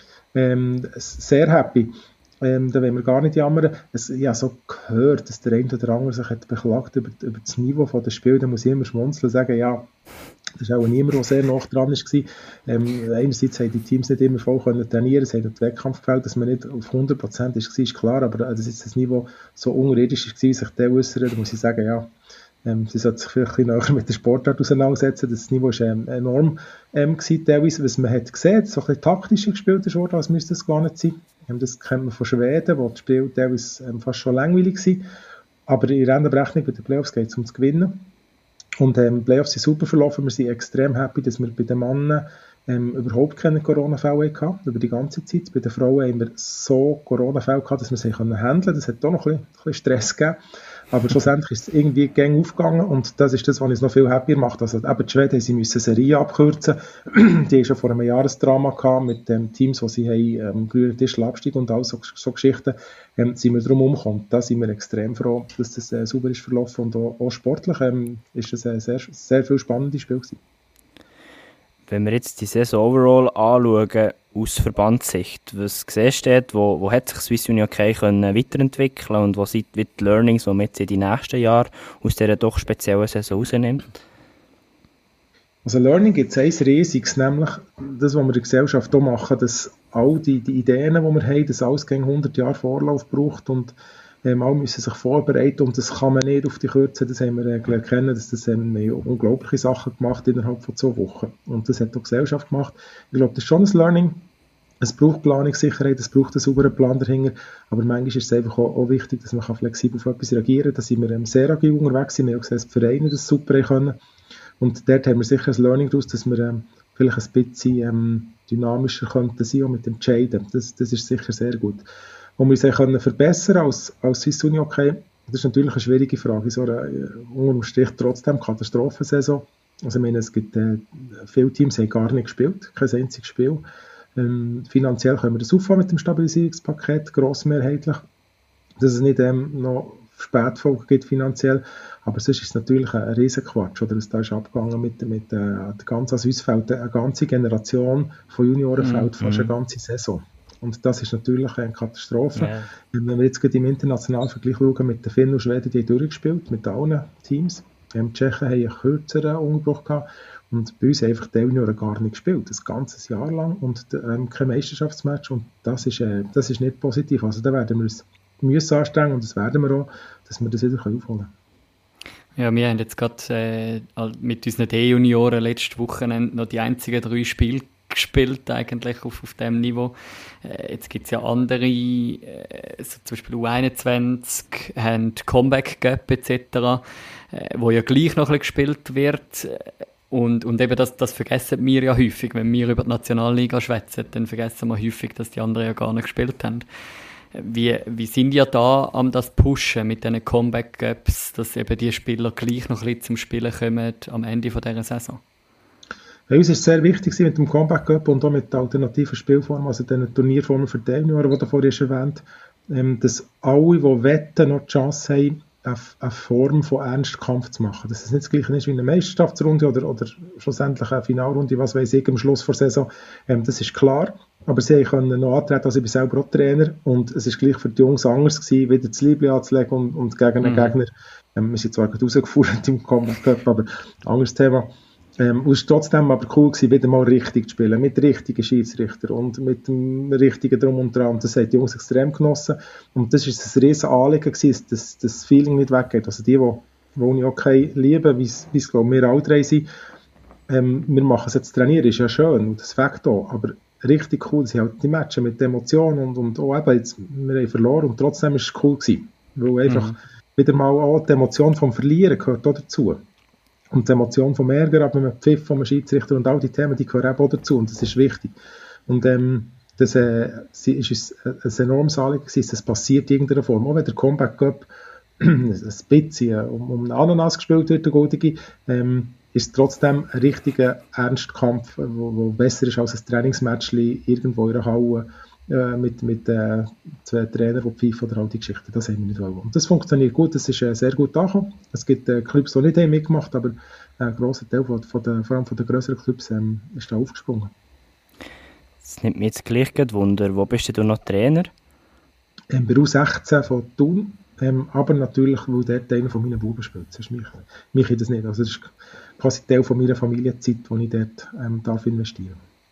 Sehr happy. Da wollen wir gar nicht jammern. Ich habe so gehört, dass der eine oder andere sich hat beklagt über das Niveau des Spiels. Da muss ich immer schmunzeln und sagen, ja, das war auch niemand, der sehr nah dran war. Einerseits haben die Teams nicht immer voll trainieren, es hat den Wettkampf gefällt, dass man nicht auf 100% war, ist klar, aber dass das Niveau so unterirdisch war, sich der äußern, da muss ich sagen, ja, sie sollten sich vielleicht ein bisschen näher mit der Sportart auseinandersetzen. Das Niveau war enorm teilweise, was man hat gesehen, so ein bisschen taktischer gespielt wurde, als müsste es gar nicht sein. Das kennt man von Schweden, wo das Spiel teilweise fast schon langweilig war. Aber in der Rentenberechnung bei den Playoffs geht es um zu gewinnen. Und die Playoffs sind super verlaufen. Wir sind extrem happy, dass wir bei den Männern überhaupt keine Corona-Fälle hatten, über die ganze Zeit. Bei den Frauen haben wir so Corona-Fälle gehabt, dass wir sie handeln konnten. Das hat auch noch ein bisschen Stress gegeben. Aber schlussendlich ist es irgendwie gang aufgegangen und das ist das, was uns noch viel happier macht. Also eben die Schweden, sie müssen Serie abkürzen. Die haben schon vor einem Jahresdrama gehabt mit den Teams, wo sie haben grünen Tischl Abstieg und all so Geschichten. Sind wir darum umgekommen. Da sind wir extrem froh, dass das sauber ist verlaufen und auch sportlich ist das ein sehr, sehr viel spannendes Spiel gewesen.
Wenn wir jetzt die Saison overall anschauen, aus Verbandssicht, was siehst du dort, wo hat sich Swiss Uni Hockey weiterentwickeln und was sind die Learnings, die man jetzt in die nächsten Jahren aus dieser doch speziellen Saison rausnimmt?
Also Learning gibt es eins riesiges, nämlich das, was wir in der Gesellschaft auch machen, dass all die Ideen, die wir haben, dass alles gegen 100 Jahre Vorlauf braucht und alle müssen sich vorbereiten und das kann man nicht auf die Kürze, das haben wir erkennen, dass das unglaubliche Sachen gemacht innerhalb von 2 Wochen und das hat auch die Gesellschaft gemacht. Ich glaube, das ist schon ein Learning. Es braucht Planungssicherheit, es braucht einen sauberen Plan dahinter, aber manchmal ist es einfach auch wichtig, dass man flexibel auf etwas reagieren kann. Da sind wir sehr agil unterwegs, wir haben auch gesehen, dass die Vereine das super können und dort haben wir sicher ein Learning daraus, dass wir vielleicht ein bisschen dynamischer könnten sein, auch mit dem Entscheiden. Das ist sicher sehr gut. Wo wir uns können verbessern als Swiss Uni Hockey, das ist natürlich eine schwierige Frage. So eine unterm Strich trotzdem Katastrophensaison. Also ich meine, es gibt viele Teams, haben gar nicht gespielt, kein einziges Spiel. Finanziell können wir das auffangen mit dem Stabilisierungspaket, grossmehrheitlich, dass es nicht noch Spätfolgen gibt finanziell, aber sonst ist es natürlich ein Riesenquatsch, oder? Da ist abgegangen mit der ganzen, also uns fehlt eine ganze Generation von Junioren, fehlt fast eine ganze Saison. Und das ist natürlich eine Katastrophe. Yeah. Wenn wir jetzt gerade im internationalen Vergleich schauen, mit den Finnen und Schweden, die haben durchgespielt, mit allen Teams. Die Tschechen haben einen kürzeren Umbruch gehabt und bei uns haben einfach die Junioren gar nicht gespielt, ein ganzes Jahr lang und kein Meisterschaftsmatch und das ist nicht positiv. Also da werden wir uns müssen anstrengen und das werden wir auch, dass wir das wieder aufholen können.
Ja, wir haben jetzt gerade mit unseren D-Junioren letztes Wochenende noch die einzigen 3 Spiele gespielt, eigentlich auf diesem Niveau. Jetzt gibt es ja andere, so zum Beispiel U21, haben Comeback Cup etc., wo ja gleich noch ein bisschen gespielt wird. Und eben das vergessen wir ja häufig, wenn wir über die Nationalliga schwätzen, dann vergessen wir häufig, dass die anderen ja gar nicht gespielt haben. Wie sind ihr da am das Pushen mit diesen Comeback-Cups, dass eben die Spieler gleich noch ein bisschen zum Spielen kommen am Ende dieser Saison?
Bei uns ist es sehr wichtig mit dem Comeback Cup und auch mit der alternativen Spielform, also den Turnierformen für die Junioren, die du vorhin erwähnt hast, dass alle, die wetten, noch die Chance haben, eine Form von Ernstkampf zu machen. Dass es nicht das Gleiche ist wie eine Meisterschaftsrunde oder schlussendlich eine Finalrunde, was weiß ich, am Schluss der Saison. Das ist klar. Aber sie können noch antreten, also ich bin selber auch Trainer und es ist gleich für die Jungs anders gewesen, wieder das Liebling anzulegen und gegen einen Gegner. Wir sind zwar gerade rausgefahren im Comeback Cup, aber anderes Thema. Es war trotzdem aber cool gewesen, wieder mal richtig zu spielen, mit richtigen Schiedsrichtern und mit dem richtigen Drum und Dran. Das haben die Jungs extrem genossen. Und das ist ein riesen Anliegen gewesen, dass das Feeling nicht weggeht. Also die Uni Hockey lieben, wie es glaube wir alle drei sind, wir machen es jetzt trainieren, ist ja schön und das fängt auch, aber richtig cool sind halt die Matches mit Emotionen und auch eben jetzt, wir haben verloren und trotzdem ist es cool gewesen, weil einfach wieder mal auch die Emotion vom Verlieren gehört auch dazu. Und die Emotion vom Ärger, aber mit dem Pfiff vom Schiedsrichter und all die Themen, die gehören auch dazu und das ist wichtig. Und das ist ein enormes Anliegen gewesen, das passiert in irgendeiner Form. Auch wenn der Comeback Cup ein bisschen um einen Ananas gespielt wird, der Goldige, ist es trotzdem ein richtiger Ernstkampf, der besser ist als ein Trainingsmatchli irgendwo in einer Halle mit 2 Trainern, die pfeifen oder all die Geschichten. Das haben wir nicht wollen. Und das funktioniert gut, das ist sehr gut angekommen. Es gibt Clubs, die nicht mitgemacht haben, aber ein grosser Teil vor allem von den grösseren Clubs ist da aufgesprungen.
Das nimmt mich jetzt gleich Wunder. Wo bist du noch Trainer?
Bei U16 von Thun, aber natürlich, weil dort einer von meinen Buben spielt. Sonst mich das nicht. Also das ist quasi Teil von meiner Familienzeit, die ich dort darf investieren.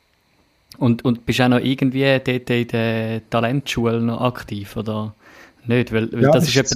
Und
bist du auch noch irgendwie dort in der Talentschule noch aktiv, oder nicht? Weil
ja,
das ist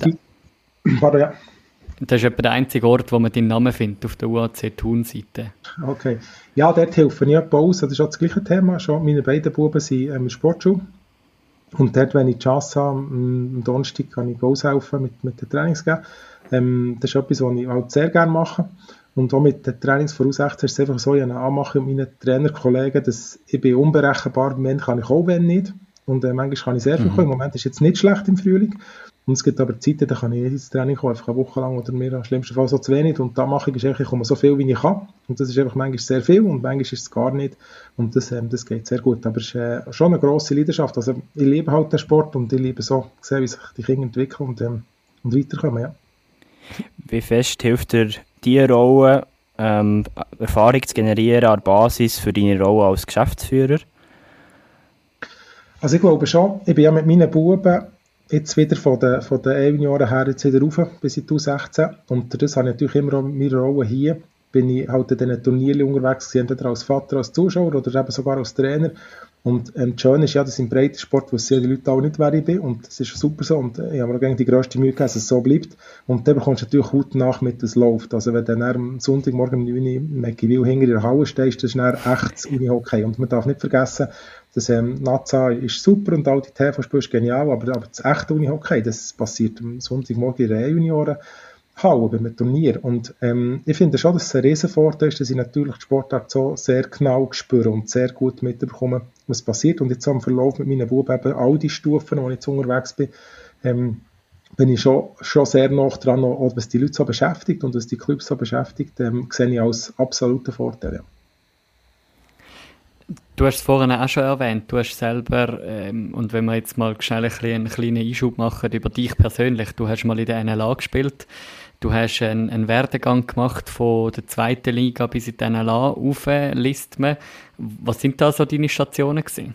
etwa der einzige Ort, wo man deinen Namen findet, auf der UAC Thun-Seite.
Okay. Ja, dort helfe ich etwa aus. Das ist auch das gleiche Thema. Schon meine beiden Buben sind in der Sportschule. Und dort, wenn ich die Chance habe, am Donnerstag kann ich aushelfen mit den Trainings geben. Das ist etwas, was ich halt sehr gerne mache. Und auch mit den Trainings von U16 ist es einfach so, ich habe eine Anmache mit meinen Trainerkollegen, dass ich bin unberechenbar, im Moment kann ich auch, wenn nicht. Und manchmal kann ich sehr viel kommen. Im Moment ist es jetzt nicht schlecht im Frühling. Und es gibt aber Zeiten, da kann ich nicht ins Training kommen, einfach eine Woche lang oder mir im schlimmsten Fall so zu wenig. Und da mache ich eigentlich, ich komme so viel, wie ich kann. Und das ist einfach manchmal sehr viel und manchmal ist es gar nicht. Und das geht sehr gut. Aber es ist schon eine grosse Leidenschaft. Also ich liebe halt den Sport und ich liebe so sehen, wie sich die Kinder entwickeln und weiterkommen. Ja.
Wie fest hilft dir diese Rolle, Erfahrung zu generieren an der Basis für deine Rolle als Geschäftsführer?
Also ich glaube schon, ich bin ja mit meinen Buben jetzt wieder von den Junioren her jetzt wieder rauf, bis in 2016. Und das habe ich natürlich immer auch mit meiner Rolle hier. Bin ich halt in diesen Turnieren unterwegs gewesen, entweder als Vater, als Zuschauer oder eben sogar als Trainer. Und das Schöne ist ja, dass im Breitensport, wo sehr die Leute auch nicht wer ich bin. Und das ist super so. Und ich habe mir auch die grösste Mühe gegeben, dass es so bleibt. Und dann bekommst du natürlich hautnah mit, was läuft. Also wenn du dann am Sonntagmorgen um 9 Uhr in Mäckiwil hinter in der Halle stehst, das ist dann echtes Unihockey. Und man darf nicht vergessen, das Naza ist super und all die TV-Spiele ist genial, aber das echte Unihockey, das passiert am Sonntagmorgen in der Junioren Halle bei einem Turnier. Und ich finde schon, dass es ein Riesenvorteil ist, dass ich natürlich die Sportart so sehr genau spüre und sehr gut mitbekomme, was passiert. Und jetzt am Verlauf mit meinen Buben eben all die Stufen, wo ich jetzt unterwegs bin, bin ich schon sehr nah dran, auch was die Leute so beschäftigt und was die Clubs so beschäftigt, sehe ich als absoluten Vorteil. Ja.
Du hast es vorhin auch schon erwähnt, du hast selber, und wenn wir jetzt mal schnell einen kleinen Einschub machen über dich persönlich, du hast mal in der NLA gespielt, du hast einen Werdegang gemacht von der 2. Liga bis in die NLA rauf, liest man. Was sind da so deine Stationen gewesen?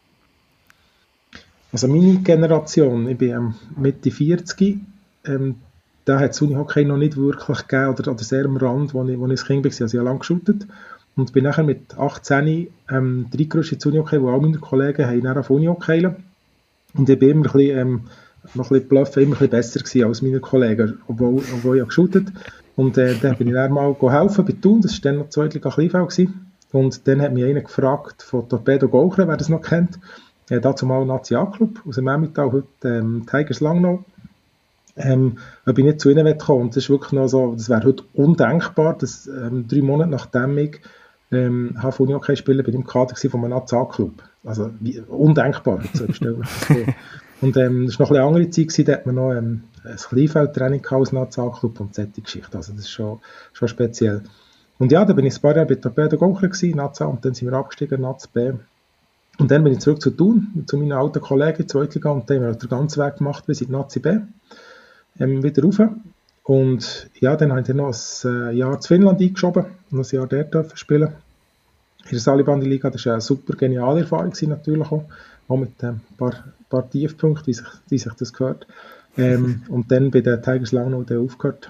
Also meine Generation, ich bin Mitte 40, da hat es Unihockey noch nicht wirklich gegeben, oder sehr am Rand, wo ich als Kind war, also ich habe lange geshootet. Und bin nachher mit 18 reingerutscht ins Unihockey, wo all meine Kollegen haben dann auf Unihockey. Und ich bin immer noch ein bisschen bluffen, immer ein bisschen besser gewesen als meine Kollegen, obwohl ich geshootet habe. Und dann bin ich dann mal helfen bei Thun, das war dann noch 2. Liga Kleinfeld gewesen. Und dann hat mich einer gefragt von Torpedo Gauchern, wer das noch kennt. Dazu mal ein Nationalclub aus dem Emmental, heute Tigers Langnau. Ob ich nicht zu ihnen kommen. Und das ist wirklich noch so, das wäre heute undenkbar, dass 3 Monate nachdem ich Unihockey spielen, bin ich im Kader von einem Nationalclub. Also undenkbar. Und das war noch ein bisschen andere Zeit gewesen, da hat man noch ein Kleinfeld-Training als Nationalclub und solche Geschichte. Also das ist schon speziell. Und ja, da bin ich ein paar Jahre bei Torpedo Gauchern gewesen, Nazi, und dann sind wir abgestiegen, Nazi B. Und dann bin ich zurück zu Thun, zu meinen alten Kollegen in der 2. Liga, und dann haben wir den ganzen Weg gemacht bis in die Nazi B. Wieder rauf. Und ja, dann habe ich dann noch ein Jahr zu Finnland eingeschoben und ein Jahr dort spielen. In der Salibandi-Liga, das war eine super geniale Erfahrung natürlich auch mit ein paar Tiefpunkten, wie sich das gehört. Und dann bei den Tigers Langnau aufgehört.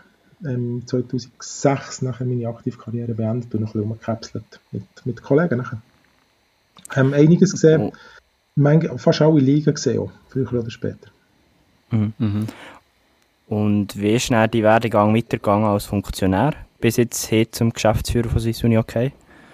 2006 nachher meine aktive Karriere beendet und noch ein bisschen rumgekapselt mit Kollegen nachher. Einiges gesehen, fast alle Ligen gesehen, auch, früher oder später.
Mhm. Und wie ist dann die Werdegang weitergegangen als Funktionär bis jetzt hin zum Geschäftsführer von Swiss Unihockey?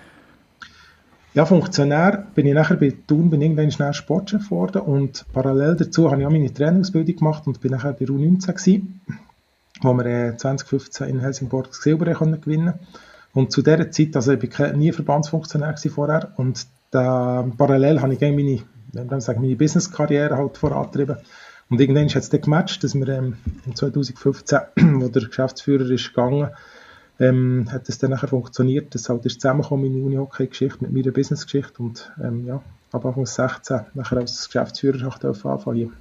Ja, Funktionär bin ich nachher bei Thun, bin irgendwann schnell Sportchef geworden und parallel dazu habe ich auch meine Trainingsbildung gemacht und bin nachher bei U19 gewesen, wo wir 2015 in Helsingborg das Silber gewinnen konnten. Und zu dieser Zeit, also ich war nie Verbandsfunktionär vorher und parallel habe ich meine Business-Karriere halt vorangetrieben. Und irgendwann hat es dann gematcht, dass wir in 2015, wo der Geschäftsführer ist gegangen, hat es dann nachher funktioniert, dass halt zusammenkommen meine Unihockey-Geschichte mit meiner Business-Geschichte und ab Anfang 16 nachher als Geschäftsführer anfangen.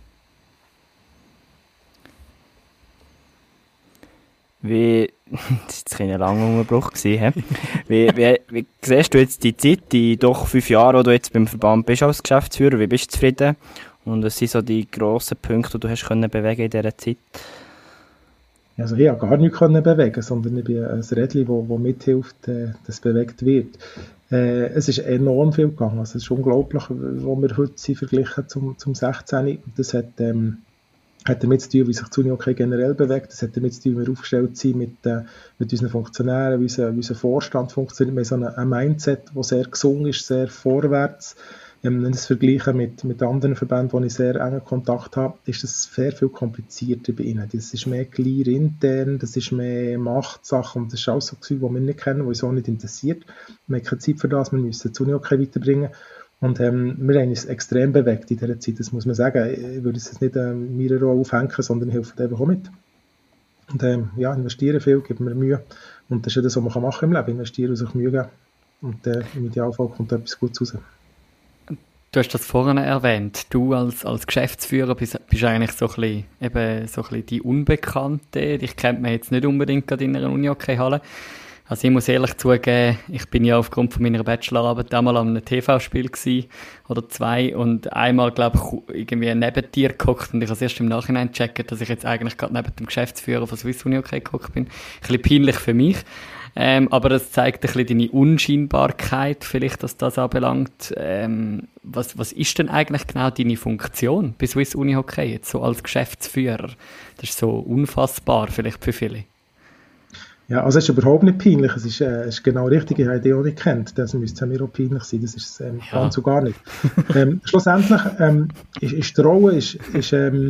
Das war ein langer Unterbruch. Wie siehst du jetzt die Zeit, die doch 5 Jahre, wo du jetzt beim Verband bist als Geschäftsführer, wie bist du zufrieden? Und was sind so die grossen Punkte, die du hast bewegen in dieser Zeit?
Also ich konnte gar nichts bewegen, sondern ich bin ein Rädchen, das mithilft, dass bewegt wird. Es ist enorm viel gegangen. Also es ist unglaublich, wo wir heute sind, verglichen zum 16. Das hat damit zu tun, wie sich die Unihockey generell bewegt. Das hat damit zu tun, wie wir aufgestellt sind mit unseren Funktionären, wie unser Vorstand funktioniert. Wir haben so ein Mindset, das sehr gesund ist, sehr vorwärts. Wenn ich das vergleiche mit anderen Verbänden, wo ich sehr engen Kontakt habe, ist das sehr viel komplizierter bei ihnen. Das ist mehr clear intern, das ist mehr Machtsachen und das ist auch so gewesen, was wir nicht kennen, was uns auch nicht interessiert. Wir haben keine Zeit für das, wir müssen die Unihockey weiterbringen. Und wir haben uns extrem bewegt in dieser Zeit, das muss man sagen. Ich würde es nicht meiner Rolle aufhängen, sondern helfen eben auch mit. Und investieren viel, geben mir Mühe. Und das ist ja das, was man machen kann im Leben, investieren und sich Mühe geben. Und im Idealfall kommt etwas Gutes raus.
Du hast das vorhin erwähnt. Du als Geschäftsführer bist eigentlich so ein bisschen die Unbekannte. Dich kennt man jetzt nicht unbedingt gerade in einer Unihockey-Halle. Also ich muss ehrlich zugeben, ich bin ja aufgrund von meiner Bachelorarbeit einmal an einem TV-Spiel gewesen, oder 2, und einmal, glaube ich, irgendwie neben dir gehockt und ich habe erst im Nachhinein gecheckt, dass ich jetzt eigentlich gerade neben dem Geschäftsführer von Swiss Unihockey gehockt bin. Ein bisschen peinlich für mich. Aber das zeigt ein bisschen deine Unscheinbarkeit, vielleicht, was das anbelangt. Was ist denn eigentlich genau deine Funktion bei Swiss Unihockey, jetzt so als Geschäftsführer? Das ist so unfassbar, vielleicht für viele.
Ja, also es ist überhaupt nicht peinlich, es ist genau richtig, ich habe die auch nicht gekannt, das müsste mir auch peinlich sein, das ist ganz und gar nicht. Schlussendlich ist die Rolle,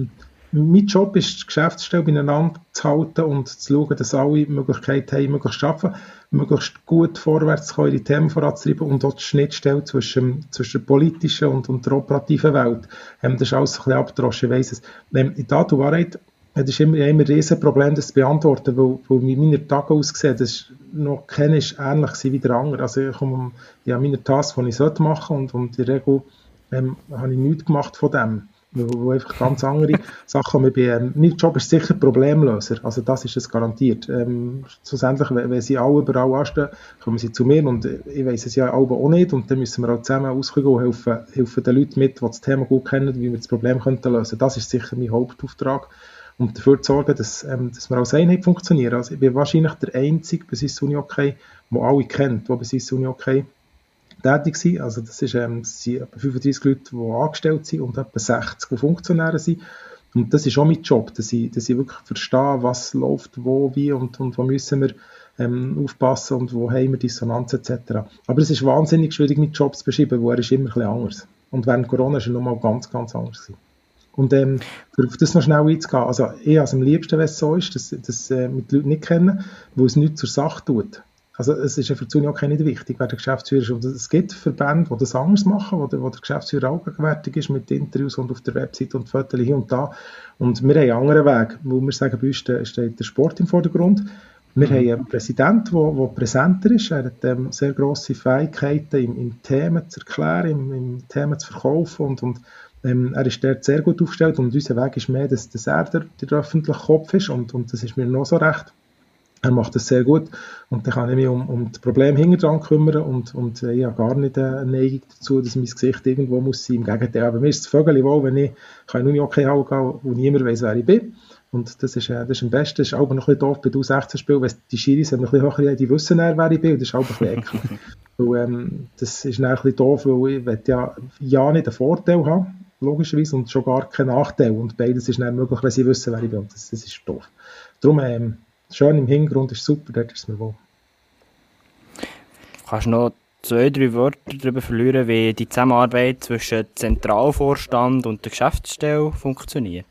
mein Job ist, die Geschäftsstelle beieinander zu halten und zu schauen, dass alle die Möglichkeit haben, möglichst zu arbeiten, möglichst gut vorwärts zu kommen, die Themen voranzutreiben und auch die Schnittstelle zwischen der politischen und der operativen Welt. Das ist alles ein bisschen abgedroschen, ich weiss es. In Tat und Wahrheit, das ist immer ein Riesenproblem, das zu beantworten, weil wie meine Tage aussehen, das ist noch keiner ist ähnlich wie der andere. Also ich habe meine Tasks, die ich machen sollte und in der Regel habe ich nichts gemacht von dem. Wo einfach ganz andere Sachen haben. Mein Job ist sicher Problemlöser, also das ist es garantiert. Schlussendlich, wenn sie alle überall anstehen, kommen sie zu mir und ich weiss es ja alle auch nicht und dann müssen wir auch zusammen ausgehen und helfen den Leuten mit, die das Thema gut kennen, wie wir das Problem könnten lösen. Das ist sicher mein Hauptauftrag, um dafür zu sorgen, dass wir als Einheit funktionieren. Also ich bin wahrscheinlich der Einzige bei Swiss Uni Hockey, der alle kennt, der bei Swiss Uni Hockey tätig sind. Also das sind etwa 35 Leute, die angestellt sind und etwa 60, die Funktionäre sind. Und das ist auch mein Job, dass ich wirklich verstehe, was läuft, wo, wie und wo müssen wir aufpassen und wo haben wir Dissonanz etc. Aber es ist wahnsinnig schwierig, meinen Job zu beschreiben, weil er ist immer ein bisschen anders. Und während Corona ist er nochmal ganz, ganz anders gewesen. Und auf das noch schnell einzugehen, also ich als am liebsten, wenn es so ist, dass mit Leuten nicht kennen, wo es nichts zur Sache tut. Also es ist ja für die Uni auch nicht wichtig, wer der Geschäftsführer ist. Und es gibt Verbände, die das anders machen, wo der Geschäftsführer auch gegenwärtig ist mit Interviews und auf der Website und Fotos hier und da. Und wir haben einen anderen Weg, wo wir sagen, bei uns steht der Sport im Vordergrund. Wir haben einen Präsidenten, der präsenter ist. Er hat sehr grosse Fähigkeiten, im Themen zu erklären, im Themen zu verkaufen und er ist dort sehr gut aufgestellt und unser Weg ist mehr, dass er der öffentliche Kopf ist und das ist mir noch so recht. Er macht das sehr gut und dann kann ich mich um das Problem hinten dran kümmern und ich habe gar nicht eine Neigung dazu, dass mein Gesicht irgendwo muss sein. Im Gegenteil, aber mir ist das Vögel wohl, wenn ich in die Uni-Hockey-Halle gehen wo niemand weiss, wer ich bin. Und das ist am besten. Das ist auch noch ein bisschen doof bei U16-Spielen, wenn die Schiris ein bisschen höher die wissen, wer ich bin, und das ist auch ein bisschen eklig. Weil, das ist dann ein bisschen doof, weil ich will ja nicht einen Vorteil haben, logischerweise, und schon gar keinen Nachteil. Und beides ist dann möglich, wenn sie wissen, wer ich bin. Und das ist doof. Darum, schön im Hintergrund ist super, dort ist es mir wohl.
Kannst du noch 2-3 Worte darüber verlieren, wie die Zusammenarbeit zwischen Zentralvorstand und der Geschäftsstelle funktioniert?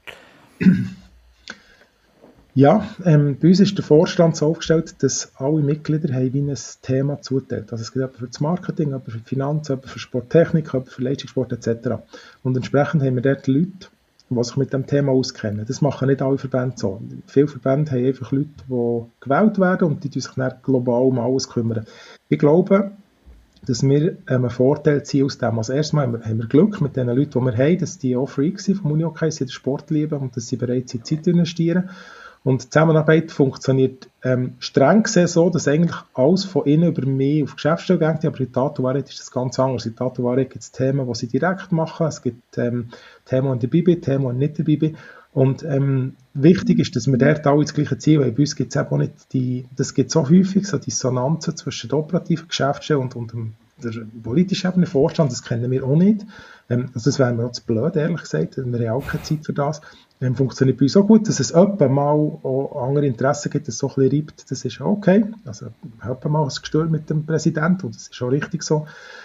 Ja, bei uns ist der Vorstand so aufgestellt, dass alle Mitglieder haben wie ein Thema zuteilt. Also es gibt jemanden für das Marketing, jemanden für die Finanzen, jemanden für Sporttechnik, jemanden für Leistungssport etc. Und entsprechend haben wir dort Leute, die sich mit dem Thema auskennen. Das machen nicht alle Verbände so. Viele Verbände haben einfach Leute, die gewählt werden und die sich dann global um alles kümmern. Ich glaube, dass wir einen Vorteil ziehen aus dem. Also erstmal haben wir Glück mit den Leuten, die wir haben, dass die auch Freaks sind vom Uni-Hockey, sie den Sport lieben und dass sie bereit sind, Zeit zu investieren. Und die Zusammenarbeit funktioniert streng gesehen so, dass eigentlich alles von innen über mich auf die Geschäftsstelle geht, aber in Tat und Wahrheit ist das ganz anders. In Tat und Wahrheit gibt es Themen, die sie direkt machen, es gibt Themen, die dabei sind, Themen, die nicht dabei sind. Und wichtig ist, dass wir dort alle das gleiche Ziel haben. Bei uns gibt es eben auch nicht das gibt so häufig so Dissonanzen zwischen der operativen Geschäftsstelle und der politischen Ebene, Vorstand, das kennen wir auch nicht. Also das wäre mir auch zu blöd, ehrlich gesagt, wir haben auch keine Zeit für das. Funktioniert bei uns auch gut, dass es öppe mal auch andere Interessen gibt, dass es so ein bisschen reibt, das ist okay. Also öppe mal ein Gestör mit dem Präsidenten und das ist auch richtig so.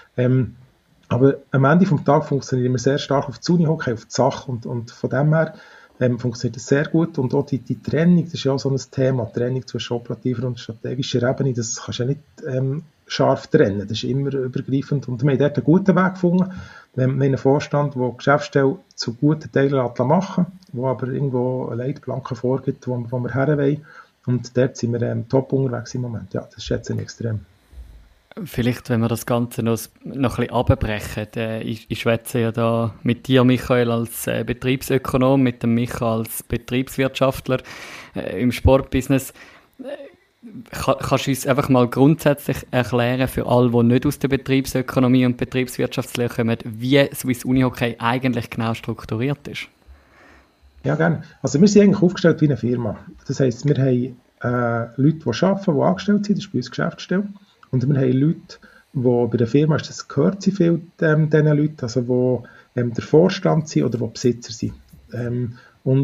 Aber am Ende des Tages funktionieren wir sehr stark auf die Uni-Hockey, auf die Sache und von dem her funktioniert das sehr gut und auch die Trennung, das ist ja auch so ein Thema, die Trennung zwischen operativer und strategischer Ebene, das kannst du ja nicht scharf trennen, das ist immer übergreifend und wir haben dort einen guten Weg gefunden. Wir haben einen Vorstand, der die Geschäftsstelle zu guten Teilen machen lässt, der aber irgendwo eine Leitplanke vorgibt, wo wir her wollen und dort sind wir top unterwegs im Moment, ja, das schätze ich extrem.
Vielleicht, wenn wir das Ganze noch ein bisschen runterbrechen. Ich schwätze ja da mit dir, Michael, als Betriebsökonom, mit dem Michael als Betriebswirtschaftler im Sportbusiness. Kannst du uns einfach mal grundsätzlich erklären, für alle, die nicht aus der Betriebsökonomie und Betriebswirtschaftslehre kommen, wie Swiss Uni Hockey eigentlich genau strukturiert ist? Ja,
gerne. Also wir sind eigentlich aufgestellt wie eine Firma. Das heisst, wir haben Leute, die arbeiten, die angestellt sind, das ist bei uns Geschäftsstelle. Und wir haben Leute, die bei der Firma, das gehört sie viel diesen Leuten, also die der Vorstand sind oder die Besitzer sind. Und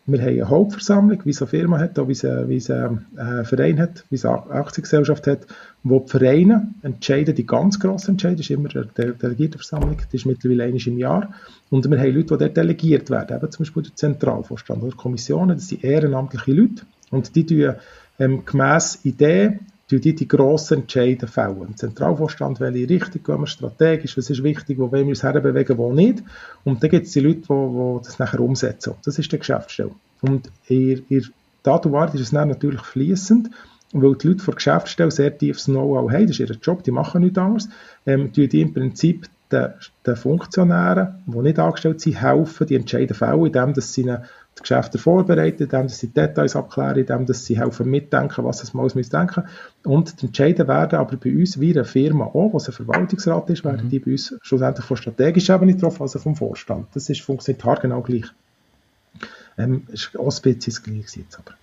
wir haben eine Hauptversammlung, wie es eine Firma hat, auch wie es ein Verein hat, wie es eine Aktiengesellschaft hat, wo die Vereine entscheiden, die ganz grossen Entscheidungen, das ist immer eine Delegiertenversammlung, die ist mittlerweile einmal im Jahr. Und wir haben Leute, die dort delegiert werden, eben zum Beispiel der Zentralvorstand oder Kommissionen, das sind ehrenamtliche Leute und die tun gemäss Idee die grossen Entscheidungen fällen. Im Zentralvorstand, welche Richtung gehen wir strategisch, was ist wichtig, wo wollen wir uns herbewegen, wo nicht. Und dann gibt es die Leute, die das nachher umsetzen. Das ist die Geschäftsstelle. Und in Tat und Wahrheit ist es dann natürlich fließend, weil die Leute von der Geschäftsstelle sehr tiefes Know-how haben, das ist ihr Job, die machen nichts anderes, die im Prinzip den Funktionären, die nicht angestellt sind, helfen, die Entscheidungen fällen, indem dass sie die Geschäfte vorbereiten, indem dass sie Details abklären, indem dass sie helfen mitdenken, was es mal denken. Und die Entscheidungen werden aber bei uns, wie eine Firma auch, wo es ein Verwaltungsrat ist, werden die bei uns schlussendlich von strategischer Ebene getroffen, also vom Vorstand. Das funktioniert haargenau gleich. Ist auch ein bisschen das Gleiche jetzt aber.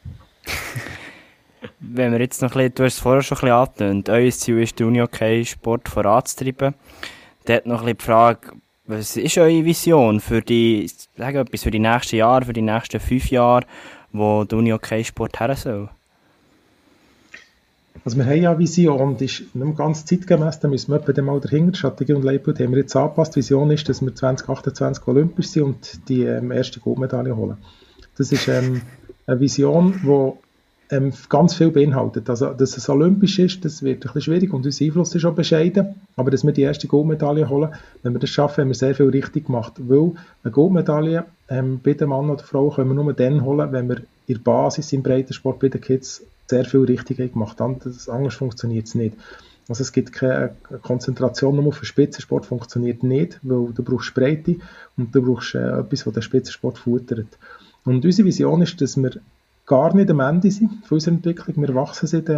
Wenn wir jetzt noch ein bisschen, du hast es vorher schon ein bisschen angetönt, euer Ziel ist, den Unihockey-Sport voranzutreiben. Dort noch ein bisschen die Frage, was ist eure Vision für die nächsten Jahre, für die nächsten 5 Jahre, wo der Unihockey-Sport her soll?
Also wir haben ja eine Vision, die ist nicht mehr ganz zeitgemäß, da müssen wir etwa mal dahinter, Strategie und Leitbild haben wir jetzt angepasst. Die Vision ist, dass wir 2028 olympisch sind und die erste Goldmedaille holen. Das ist eine Vision, die ganz viel beinhaltet. Also, dass es olympisch ist, das wird ein bisschen schwierig und unser Einfluss ist auch bescheiden. Aber dass wir die erste Goldmedaille holen, wenn wir das schaffen, haben wir sehr viel richtig gemacht. Weil eine Goldmedaille bei den Mann oder Frau können wir nur dann holen, wenn wir in der Basis im Breitensport bei den Kids sehr viel richtig gemacht haben. Anders funktioniert es nicht. Also es gibt keine Konzentration nur auf den Spitzensport, funktioniert nicht, weil du brauchst Breite und du brauchst etwas, das den Spitzensport futtert. Und unsere Vision ist, dass wir gar nicht am Ende sind von unserer Entwicklung. Wir wachsen seit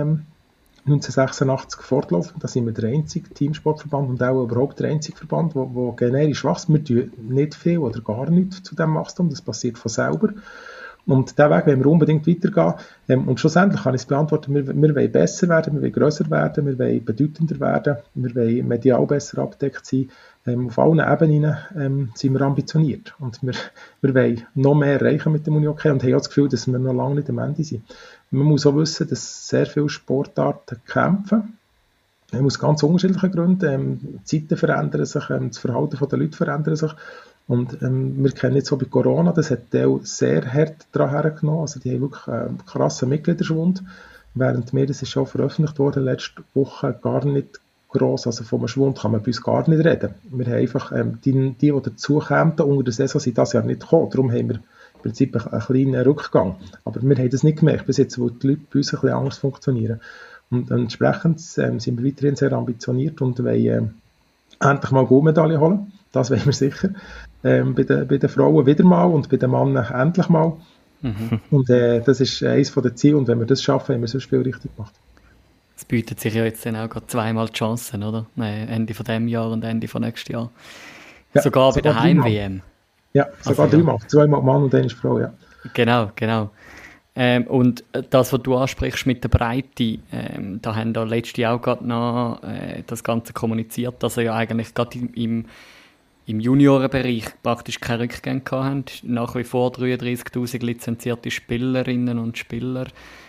1986 fortlaufend. Da sind wir der einzige Teamsportverband und auch überhaupt der einzige Verband, der generisch wächst. Wir tun nicht viel oder gar nichts zu diesem Wachstum. Das passiert von selber. Und diesen Weg wollen wir unbedingt weitergehen. Und schlussendlich kann ich es beantworten, wir wollen besser werden, wir wollen grösser werden, wir wollen bedeutender werden, wir wollen medial besser abgedeckt sein. Auf allen Ebenen sind wir ambitioniert. Und wir wollen noch mehr erreichen mit dem Unihockey und haben auch das Gefühl, dass wir noch lange nicht am Ende sind. Man muss auch wissen, dass sehr viele Sportarten kämpfen. Aus ganz unterschiedlichen Gründen. Die Zeiten verändern sich, das Verhalten der Leute verändert sich. Und wir kennen jetzt so bei Corona, das hat die auch sehr hart daran hergenommen. Also die haben wirklich einen krassen Mitgliederschwund. Während mir, das ist schon veröffentlicht worden, letzte Woche gar nicht gross, also von einem Schwund kann man bei uns gar nicht reden. Wir haben einfach, die dazu kamen, unter der Saison sind das Jahr nicht gekommen. Darum haben wir im Prinzip einen kleinen Rückgang. Aber wir haben das nicht gemerkt, bis jetzt, wo die Leute bei uns ein bisschen anders funktionieren. Und entsprechend sind wir weiterhin sehr ambitioniert und wollen endlich mal Goldmedaille holen. Das wollen wir sicher. Bei den Frauen wieder mal und bei den Männern endlich mal. Und das ist eines der Ziele. Und wenn wir das schaffen, haben wir sonst viel richtig gemacht.
Es bietet sich ja jetzt dann auch gerade zweimal die Chancen, oder? Ende von diesem Jahr und Ende von nächstes Jahr. Ja, sogar bei der Heim-WM.
Ja, sogar also, dreimal. Zweimal Mann und eine Frau, ja.
Genau. Und das, was du ansprichst mit der Breite, da haben da letztes Jahr auch gerade noch das Ganze kommuniziert, dass er ja eigentlich gerade im Juniorenbereich praktisch keine Rückgänge hatten. Nach wie vor 33'000 lizenzierte Spielerinnen und Spieler.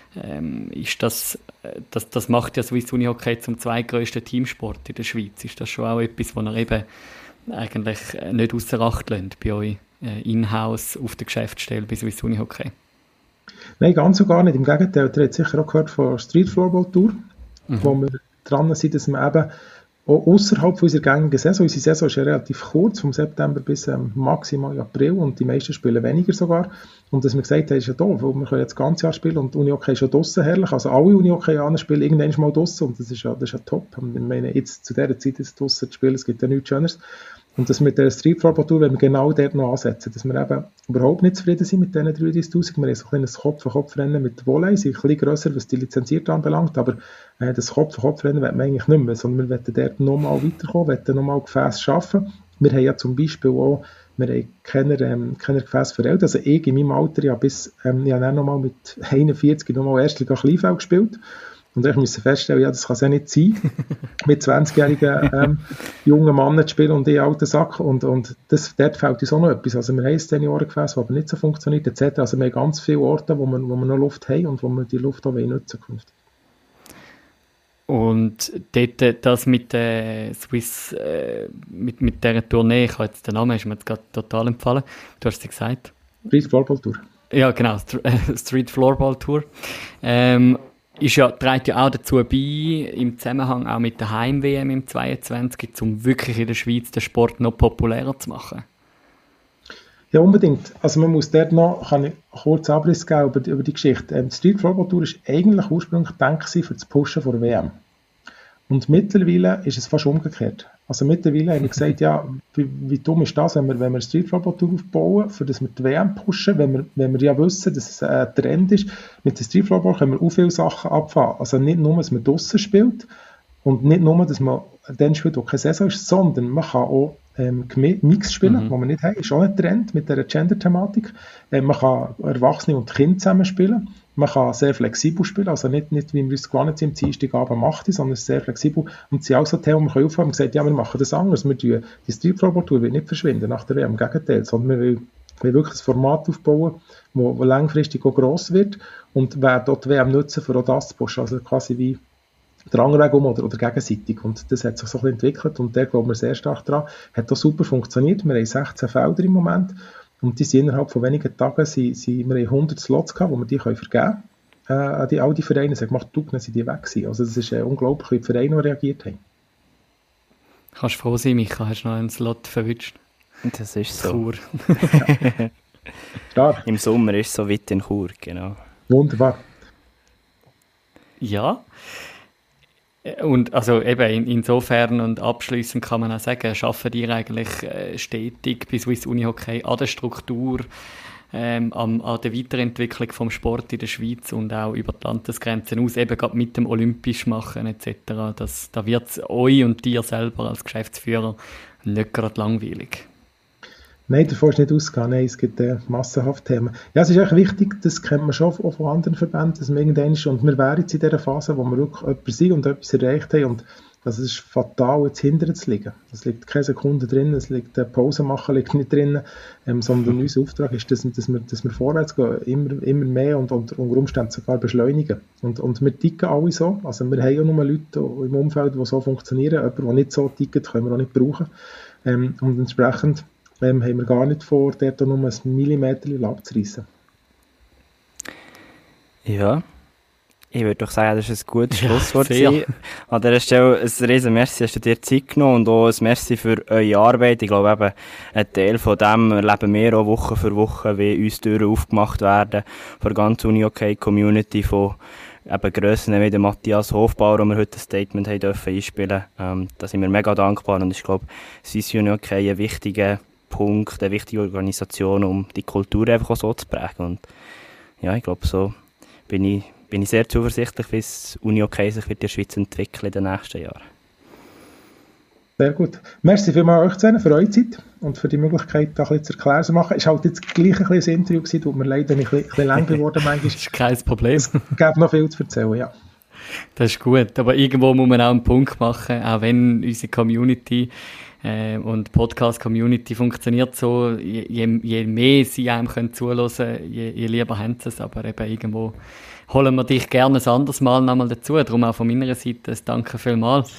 Ist das macht ja Swiss Unihockey zum zweitgrößten Teamsport in der Schweiz. Ist das schon auch etwas, was ihr eben eigentlich nicht ausser Acht lässt bei euch in-house auf der Geschäftsstelle bei Swiss Unihockey?
Nein, ganz und gar nicht. Im Gegenteil, ihr habt sicher auch gehört von der Street Floorball Tour, wo wir dran sind, dass wir eben auch außerhalb von unserer gängigen Saison, unsere Saison ist ja relativ kurz, vom September bis maximal April und die meisten spielen weniger sogar. Und dass wir gesagt haben, ist ja toll, weil wir können jetzt das ganze Jahr spielen und Unihockey ist ja draussen herrlich. Also alle Unihockeyaner spielen irgendwann mal draussen und das ist ja top. Ich meine, jetzt zu dieser Zeit ist draussen zu spielen, es gibt ja nichts Schöneres. Und das mit der Street Floorball Tour wollen wir genau dort noch ansetzen, dass wir eben überhaupt nicht zufrieden sind mit diesen 33'000. Wir haben so ein kleines Kopf-an-Kopf-Rennen mit Volley, sind ein bisschen grösser, was die Lizenzierten anbelangt, aber das Kopf-an-Kopf-Rennen wollen wir eigentlich nicht mehr, sondern wir wollen dort nochmal weiterkommen, wollen nochmal Gefäße schaffen. Wir haben ja zum Beispiel auch, wir haben keine Gefäße für Eltern, also ich in meinem Alter ja bis, ich habe dann nochmal mit 41 nochmal Erstliga Kleinfeld gespielt. Und ich musste feststellen, ja, das kann es ja nicht sein, mit 20-jährigen jungen Männern zu spielen und die alten Sack. Und dort fehlt uns auch noch etwas. Also wir haben ein Seniorengefäß, das aber nicht so funktioniert, etc. Also wir haben ganz viele Orte, wo wir noch Luft haben und wo wir die Luft auch nutzen können.
Und dort, das mit der Swiss, mit dieser Tournee, ich habe jetzt den Namen, ist mir jetzt gerade total empfallen, du hast es gesagt.
Street Floorball Tour.
Ja, genau, Street Floorball Tour. Trägt ja auch dazu bei, im Zusammenhang auch mit der Heim-WM im 22, um wirklich in der Schweiz den Sport noch populärer zu machen.
Ja, unbedingt. Also man muss dort noch, kann ich kurz Abriss geben über die Geschichte. Die Street Floorball Tour ist eigentlich ursprünglich gedacht für das Pushen vor der WM. Und mittlerweile ist es fast umgekehrt. Also mittlerweile haben wir gesagt, ja, wie dumm ist das, wenn wir eine Street Floorball Tour aufbauen, für das wir die WM pushen, wenn wir ja wissen, dass es ein Trend ist. Mit der Street Floorball können wir auch viele Sachen abfahren. Also nicht nur, dass man draussen spielt und nicht nur, dass man dann spielt, wo keine Saison ist, sondern man kann auch Mix spielen, wo wir nicht haben. Ist auch ein Trend mit dieser Gender-Thematik. Man kann Erwachsene und Kinder zusammen spielen. Man kann sehr flexibel spielen, also nicht wie wir uns gewohnt sind, am Dienstagabend um 8 Uhr, sondern sehr flexibel. Und es sind auch so Themen, die wir aufhören und gesagt, ja, wir machen das anders. Die Street Floorball Tour wird nicht verschwinden nach der WM, im Gegenteil, sondern wir wollen wirklich ein Format aufbauen, das langfristig auch gross wird und werden dort die WM nutzen, für auch das zu pushen, also quasi wie der andere Weg oder gegenseitig. Und das hat sich so ein bisschen entwickelt und der glauben wir sehr stark daran. Hat auch super funktioniert. Wir haben 16 Felder im Moment und die sind innerhalb von wenigen Tagen, wir haben 100 Slots gehabt, wo wir die vergeben können. All die Vereine haben gemacht, dann sind die weg gewesen. Also das ist unglaublich, wie die Vereine noch reagiert haben.
Kannst froh sein, Micha, hast du noch einen Slot verwünscht.
Das ist so.
Chur.
Stark.
Im Sommer ist es so weit in Chur, genau.
Wunderbar.
Ja. Und also eben insofern und abschliessend kann man auch sagen, arbeiten ihr eigentlich stetig bei Swiss Uni Hockey an der Struktur, an der Weiterentwicklung vom Sport in der Schweiz und auch über die Landesgrenzen aus, eben gerade mit dem Olympisch machen etc. Da wird es euch und dir selber als Geschäftsführer nicht gerade langweilig.
Nein, davon ist nicht ausgegangen. Nein, es gibt massenhaft Themen. Ja, es ist echt wichtig, das kennt man schon auch von anderen Verbänden, dass man irgendwann ist, und wir wären jetzt in dieser Phase, wo wir wirklich jemand sind und etwas erreicht haben, und das ist fatal, jetzt hinterher zu liegen. Es liegt keine Sekunde drin, es liegt Pause machen liegt nicht drin, sondern unser Auftrag ist, dass wir vorwärts gehen, immer mehr und unter Umständen sogar beschleunigen. Und wir ticken alle so, also wir haben ja nur Leute im Umfeld, die so funktionieren, jemand, der nicht so tickt, können wir auch nicht brauchen. Und entsprechend haben wir gar nicht vor, dort nur ein Millimeter abzureissen.
Ja, ich würde doch sagen, das war ein gutes Schlusswort. An dieser Stelle ein riesen Merci, hast du dir Zeit genommen, und auch ein Merci für eure Arbeit. Ich glaube eben, ein Teil von dem erleben wir auch Woche für Woche, wie uns Türen aufgemacht werden von der ganzen Uni-Hockey-Community, von eben Grössen wie der Matthias Hofbauer, wo wir heute ein Statement haben dürfen einspielen. Da sind wir mega dankbar, und ich glaube, Swiss Uni Hockey ein wichtiger Punkt, eine wichtige Organisation, um die Kultur einfach auch so zu prägen. Und ja, ich glaube, so bin ich sehr zuversichtlich, wie das Uni-Hockey sich in der Schweiz entwickelt in den nächsten Jahren.
Sehr gut. Merci vielmals euch zusammen für eure Zeit und für die Möglichkeit, da ein bisschen zu erklären zu machen. Es war halt jetzt gleich ein bisschen ein Interview gewesen, tut mir leid, wenn ich ein bisschen lang geworden bin.
Das ist kein Problem.
Es gäbe noch viel zu erzählen, ja.
Das ist gut, aber irgendwo muss man auch einen Punkt machen, auch wenn unsere Community und Podcast-Community funktioniert so, je mehr sie einem können zuhören, je lieber haben sie es, aber eben irgendwo holen wir dich gerne ein anderes Mal nochmal dazu, darum auch von meiner Seite ein Danke vielmals.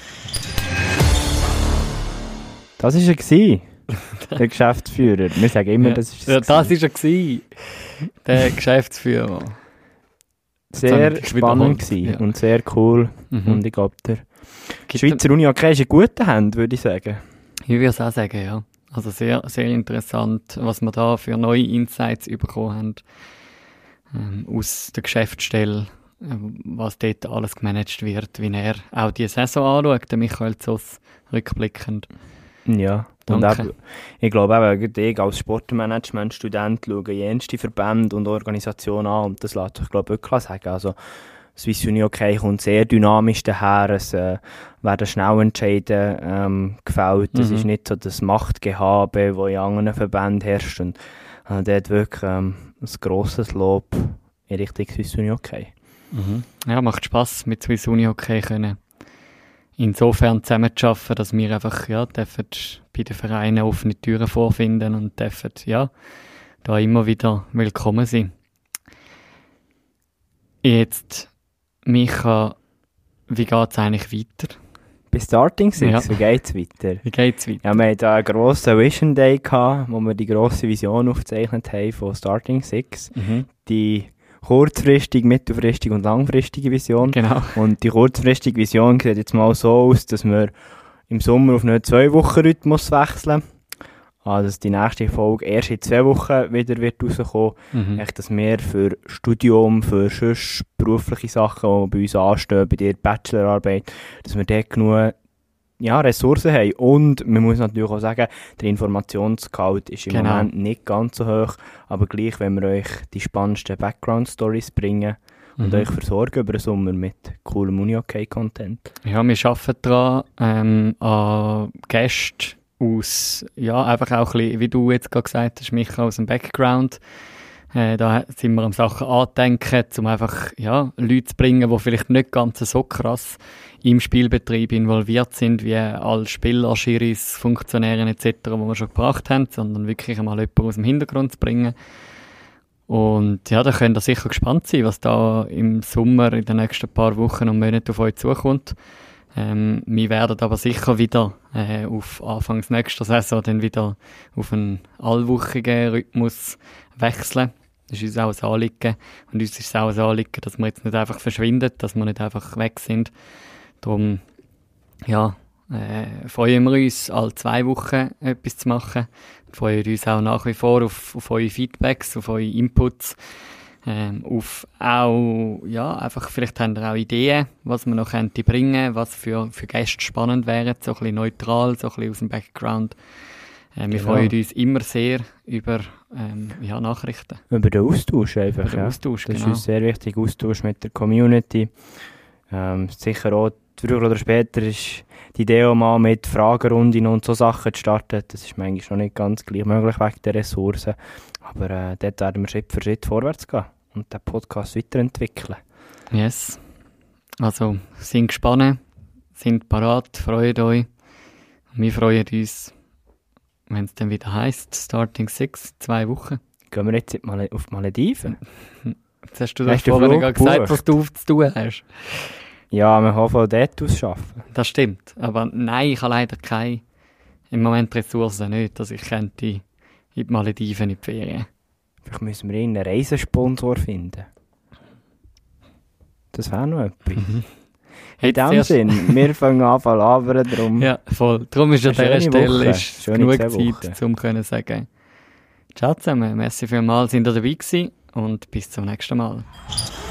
Das war er, der Geschäftsführer. Wir sagen immer,
ja,
das ist
er. Das war er, der Geschäftsführer.
Sehr spannend gewesen, ja. Und sehr cool. Und ich glaube, der Schweizer Uni-Hockey ist in guten Händen, würde ich sagen.
Ich würde es auch sagen, ja. Also sehr, sehr interessant, was wir da für neue Insights bekommen haben aus der Geschäftsstelle, was dort alles gemanagt wird, wie er auch die Saison anschaut, der Michael Zoss, rückblickend.
Ja, danke. Und auch, ich glaube eben, ich als Sportmanagement-Student schaue jenste Verbände und Organisationen an, und das lässt sich, glaube ich, wirklich sagen. Also, Swiss Uni Hockey kommt sehr dynamisch daher, es werden schnell Entscheidungen gefällt. Es ist nicht so das Machtgehabe, das in anderen Verbänden herrscht. Und dort wirklich ein grosses Lob in Richtung Swiss Uni Hockey.
Ja, macht Spass, mit Swiss Uni Hockey können insofern zusammenzuarbeiten, dass wir einfach dürfen bei den Vereinen offene Türen vorfinden und dürfen da immer wieder willkommen sein. Jetzt, Micha, wie geht es eigentlich weiter?
Bei Starting Six, wie geht es weiter? Ja, wir hatten da einen grossen Vision Day gehabt, wo wir die grosse Vision aufgezeichnet haben von Starting Six. Die kurzfristige, mittelfristige und langfristige Vision.
Genau.
Und die kurzfristige Vision sieht jetzt mal so aus, dass wir im Sommer auf einen 2-Wochen-Rhythmus wechseln. Also, dass die nächste Folge erst in 2 Wochen wieder wird rauskommen. Echt, dass wir für Studium, für sonst berufliche Sachen, die bei uns anstehen, bei der Bachelorarbeit, dass wir dort genug Ressourcen haben. Und man muss natürlich auch sagen, der Informationsgehalt ist im Moment nicht ganz so hoch, aber gleich, wenn wir euch die spannendsten Background-Stories bringen und euch versorgen über den Sommer mit coolem Uni-Hockey-Content.
Ja, wir arbeiten daran, an Gästen aus, einfach auch ein bisschen, wie du jetzt gerade gesagt hast, Micha, aus dem Background. Da sind wir am Sachen andenken, um einfach Leute zu bringen, die vielleicht nicht ganz so krass im Spielbetrieb involviert sind, wie alle Spieler, Schiris, Funktionäre etc., die wir schon gebracht haben, sondern wirklich einmal jemanden aus dem Hintergrund zu bringen. Und da könnt ihr sicher gespannt sein, was da im Sommer in den nächsten paar Wochen und Monaten auf euch zukommt. Wir werden aber sicher wieder auf Anfangs nächster Saison dann wieder auf einen allwöchigen Rhythmus wechseln. Das ist uns auch ein Anliegen. Und uns ist es auch ein Anliegen, dass wir jetzt nicht einfach verschwinden, dass wir nicht einfach weg sind. Darum freuen wir uns, alle 2 Wochen etwas zu machen. Wir freuen uns auch nach wie vor auf eure Feedbacks, auf eure Inputs. Auf auch, einfach, vielleicht habt ihr auch Ideen, was man noch könnte bringen, was für Gäste spannend wären, so ein bisschen neutral, so ein bisschen aus dem Background. Wir freuen uns immer sehr über Nachrichten.
Über den Austausch einfach. Über den
Austausch,
das ist uns sehr wichtig, Austausch mit der Community. Sicher auch, früher oder später ist die Idee auch mal mit Fragerunden und so Sachen zu starten. Das ist manchmal noch nicht ganz gleich möglich wegen der Ressourcen. Aber dort werden wir Schritt für Schritt vorwärts gehen und den Podcast weiterentwickeln.
Yes. Also, sind gespannt, sind parat, freut euch. Wir freuen uns, wenn es dann wieder heisst, Starting Six, 2 Wochen.
Gehen wir jetzt auf die Malediven?
Jetzt hast du doch vorhin gerade gesagt, was du zu tun hast.
Ja, wir haben von dort aus arbeiten.
Das stimmt. Aber nein, ich habe leider keine, im Moment Ressourcen nicht, dass ich könnte in die Malediven in die Ferien.
Vielleicht müssen wir einen Reisesponsor finden. Das wäre noch etwas. In dem Sinn, wir fangen an zu labern, darum.
Ja, voll. Darum ist an dieser Stelle ist genug Zeit, um zu sagen, ciao zusammen, merci vielmals, sind ihr dabei gewesen und bis zum nächsten Mal.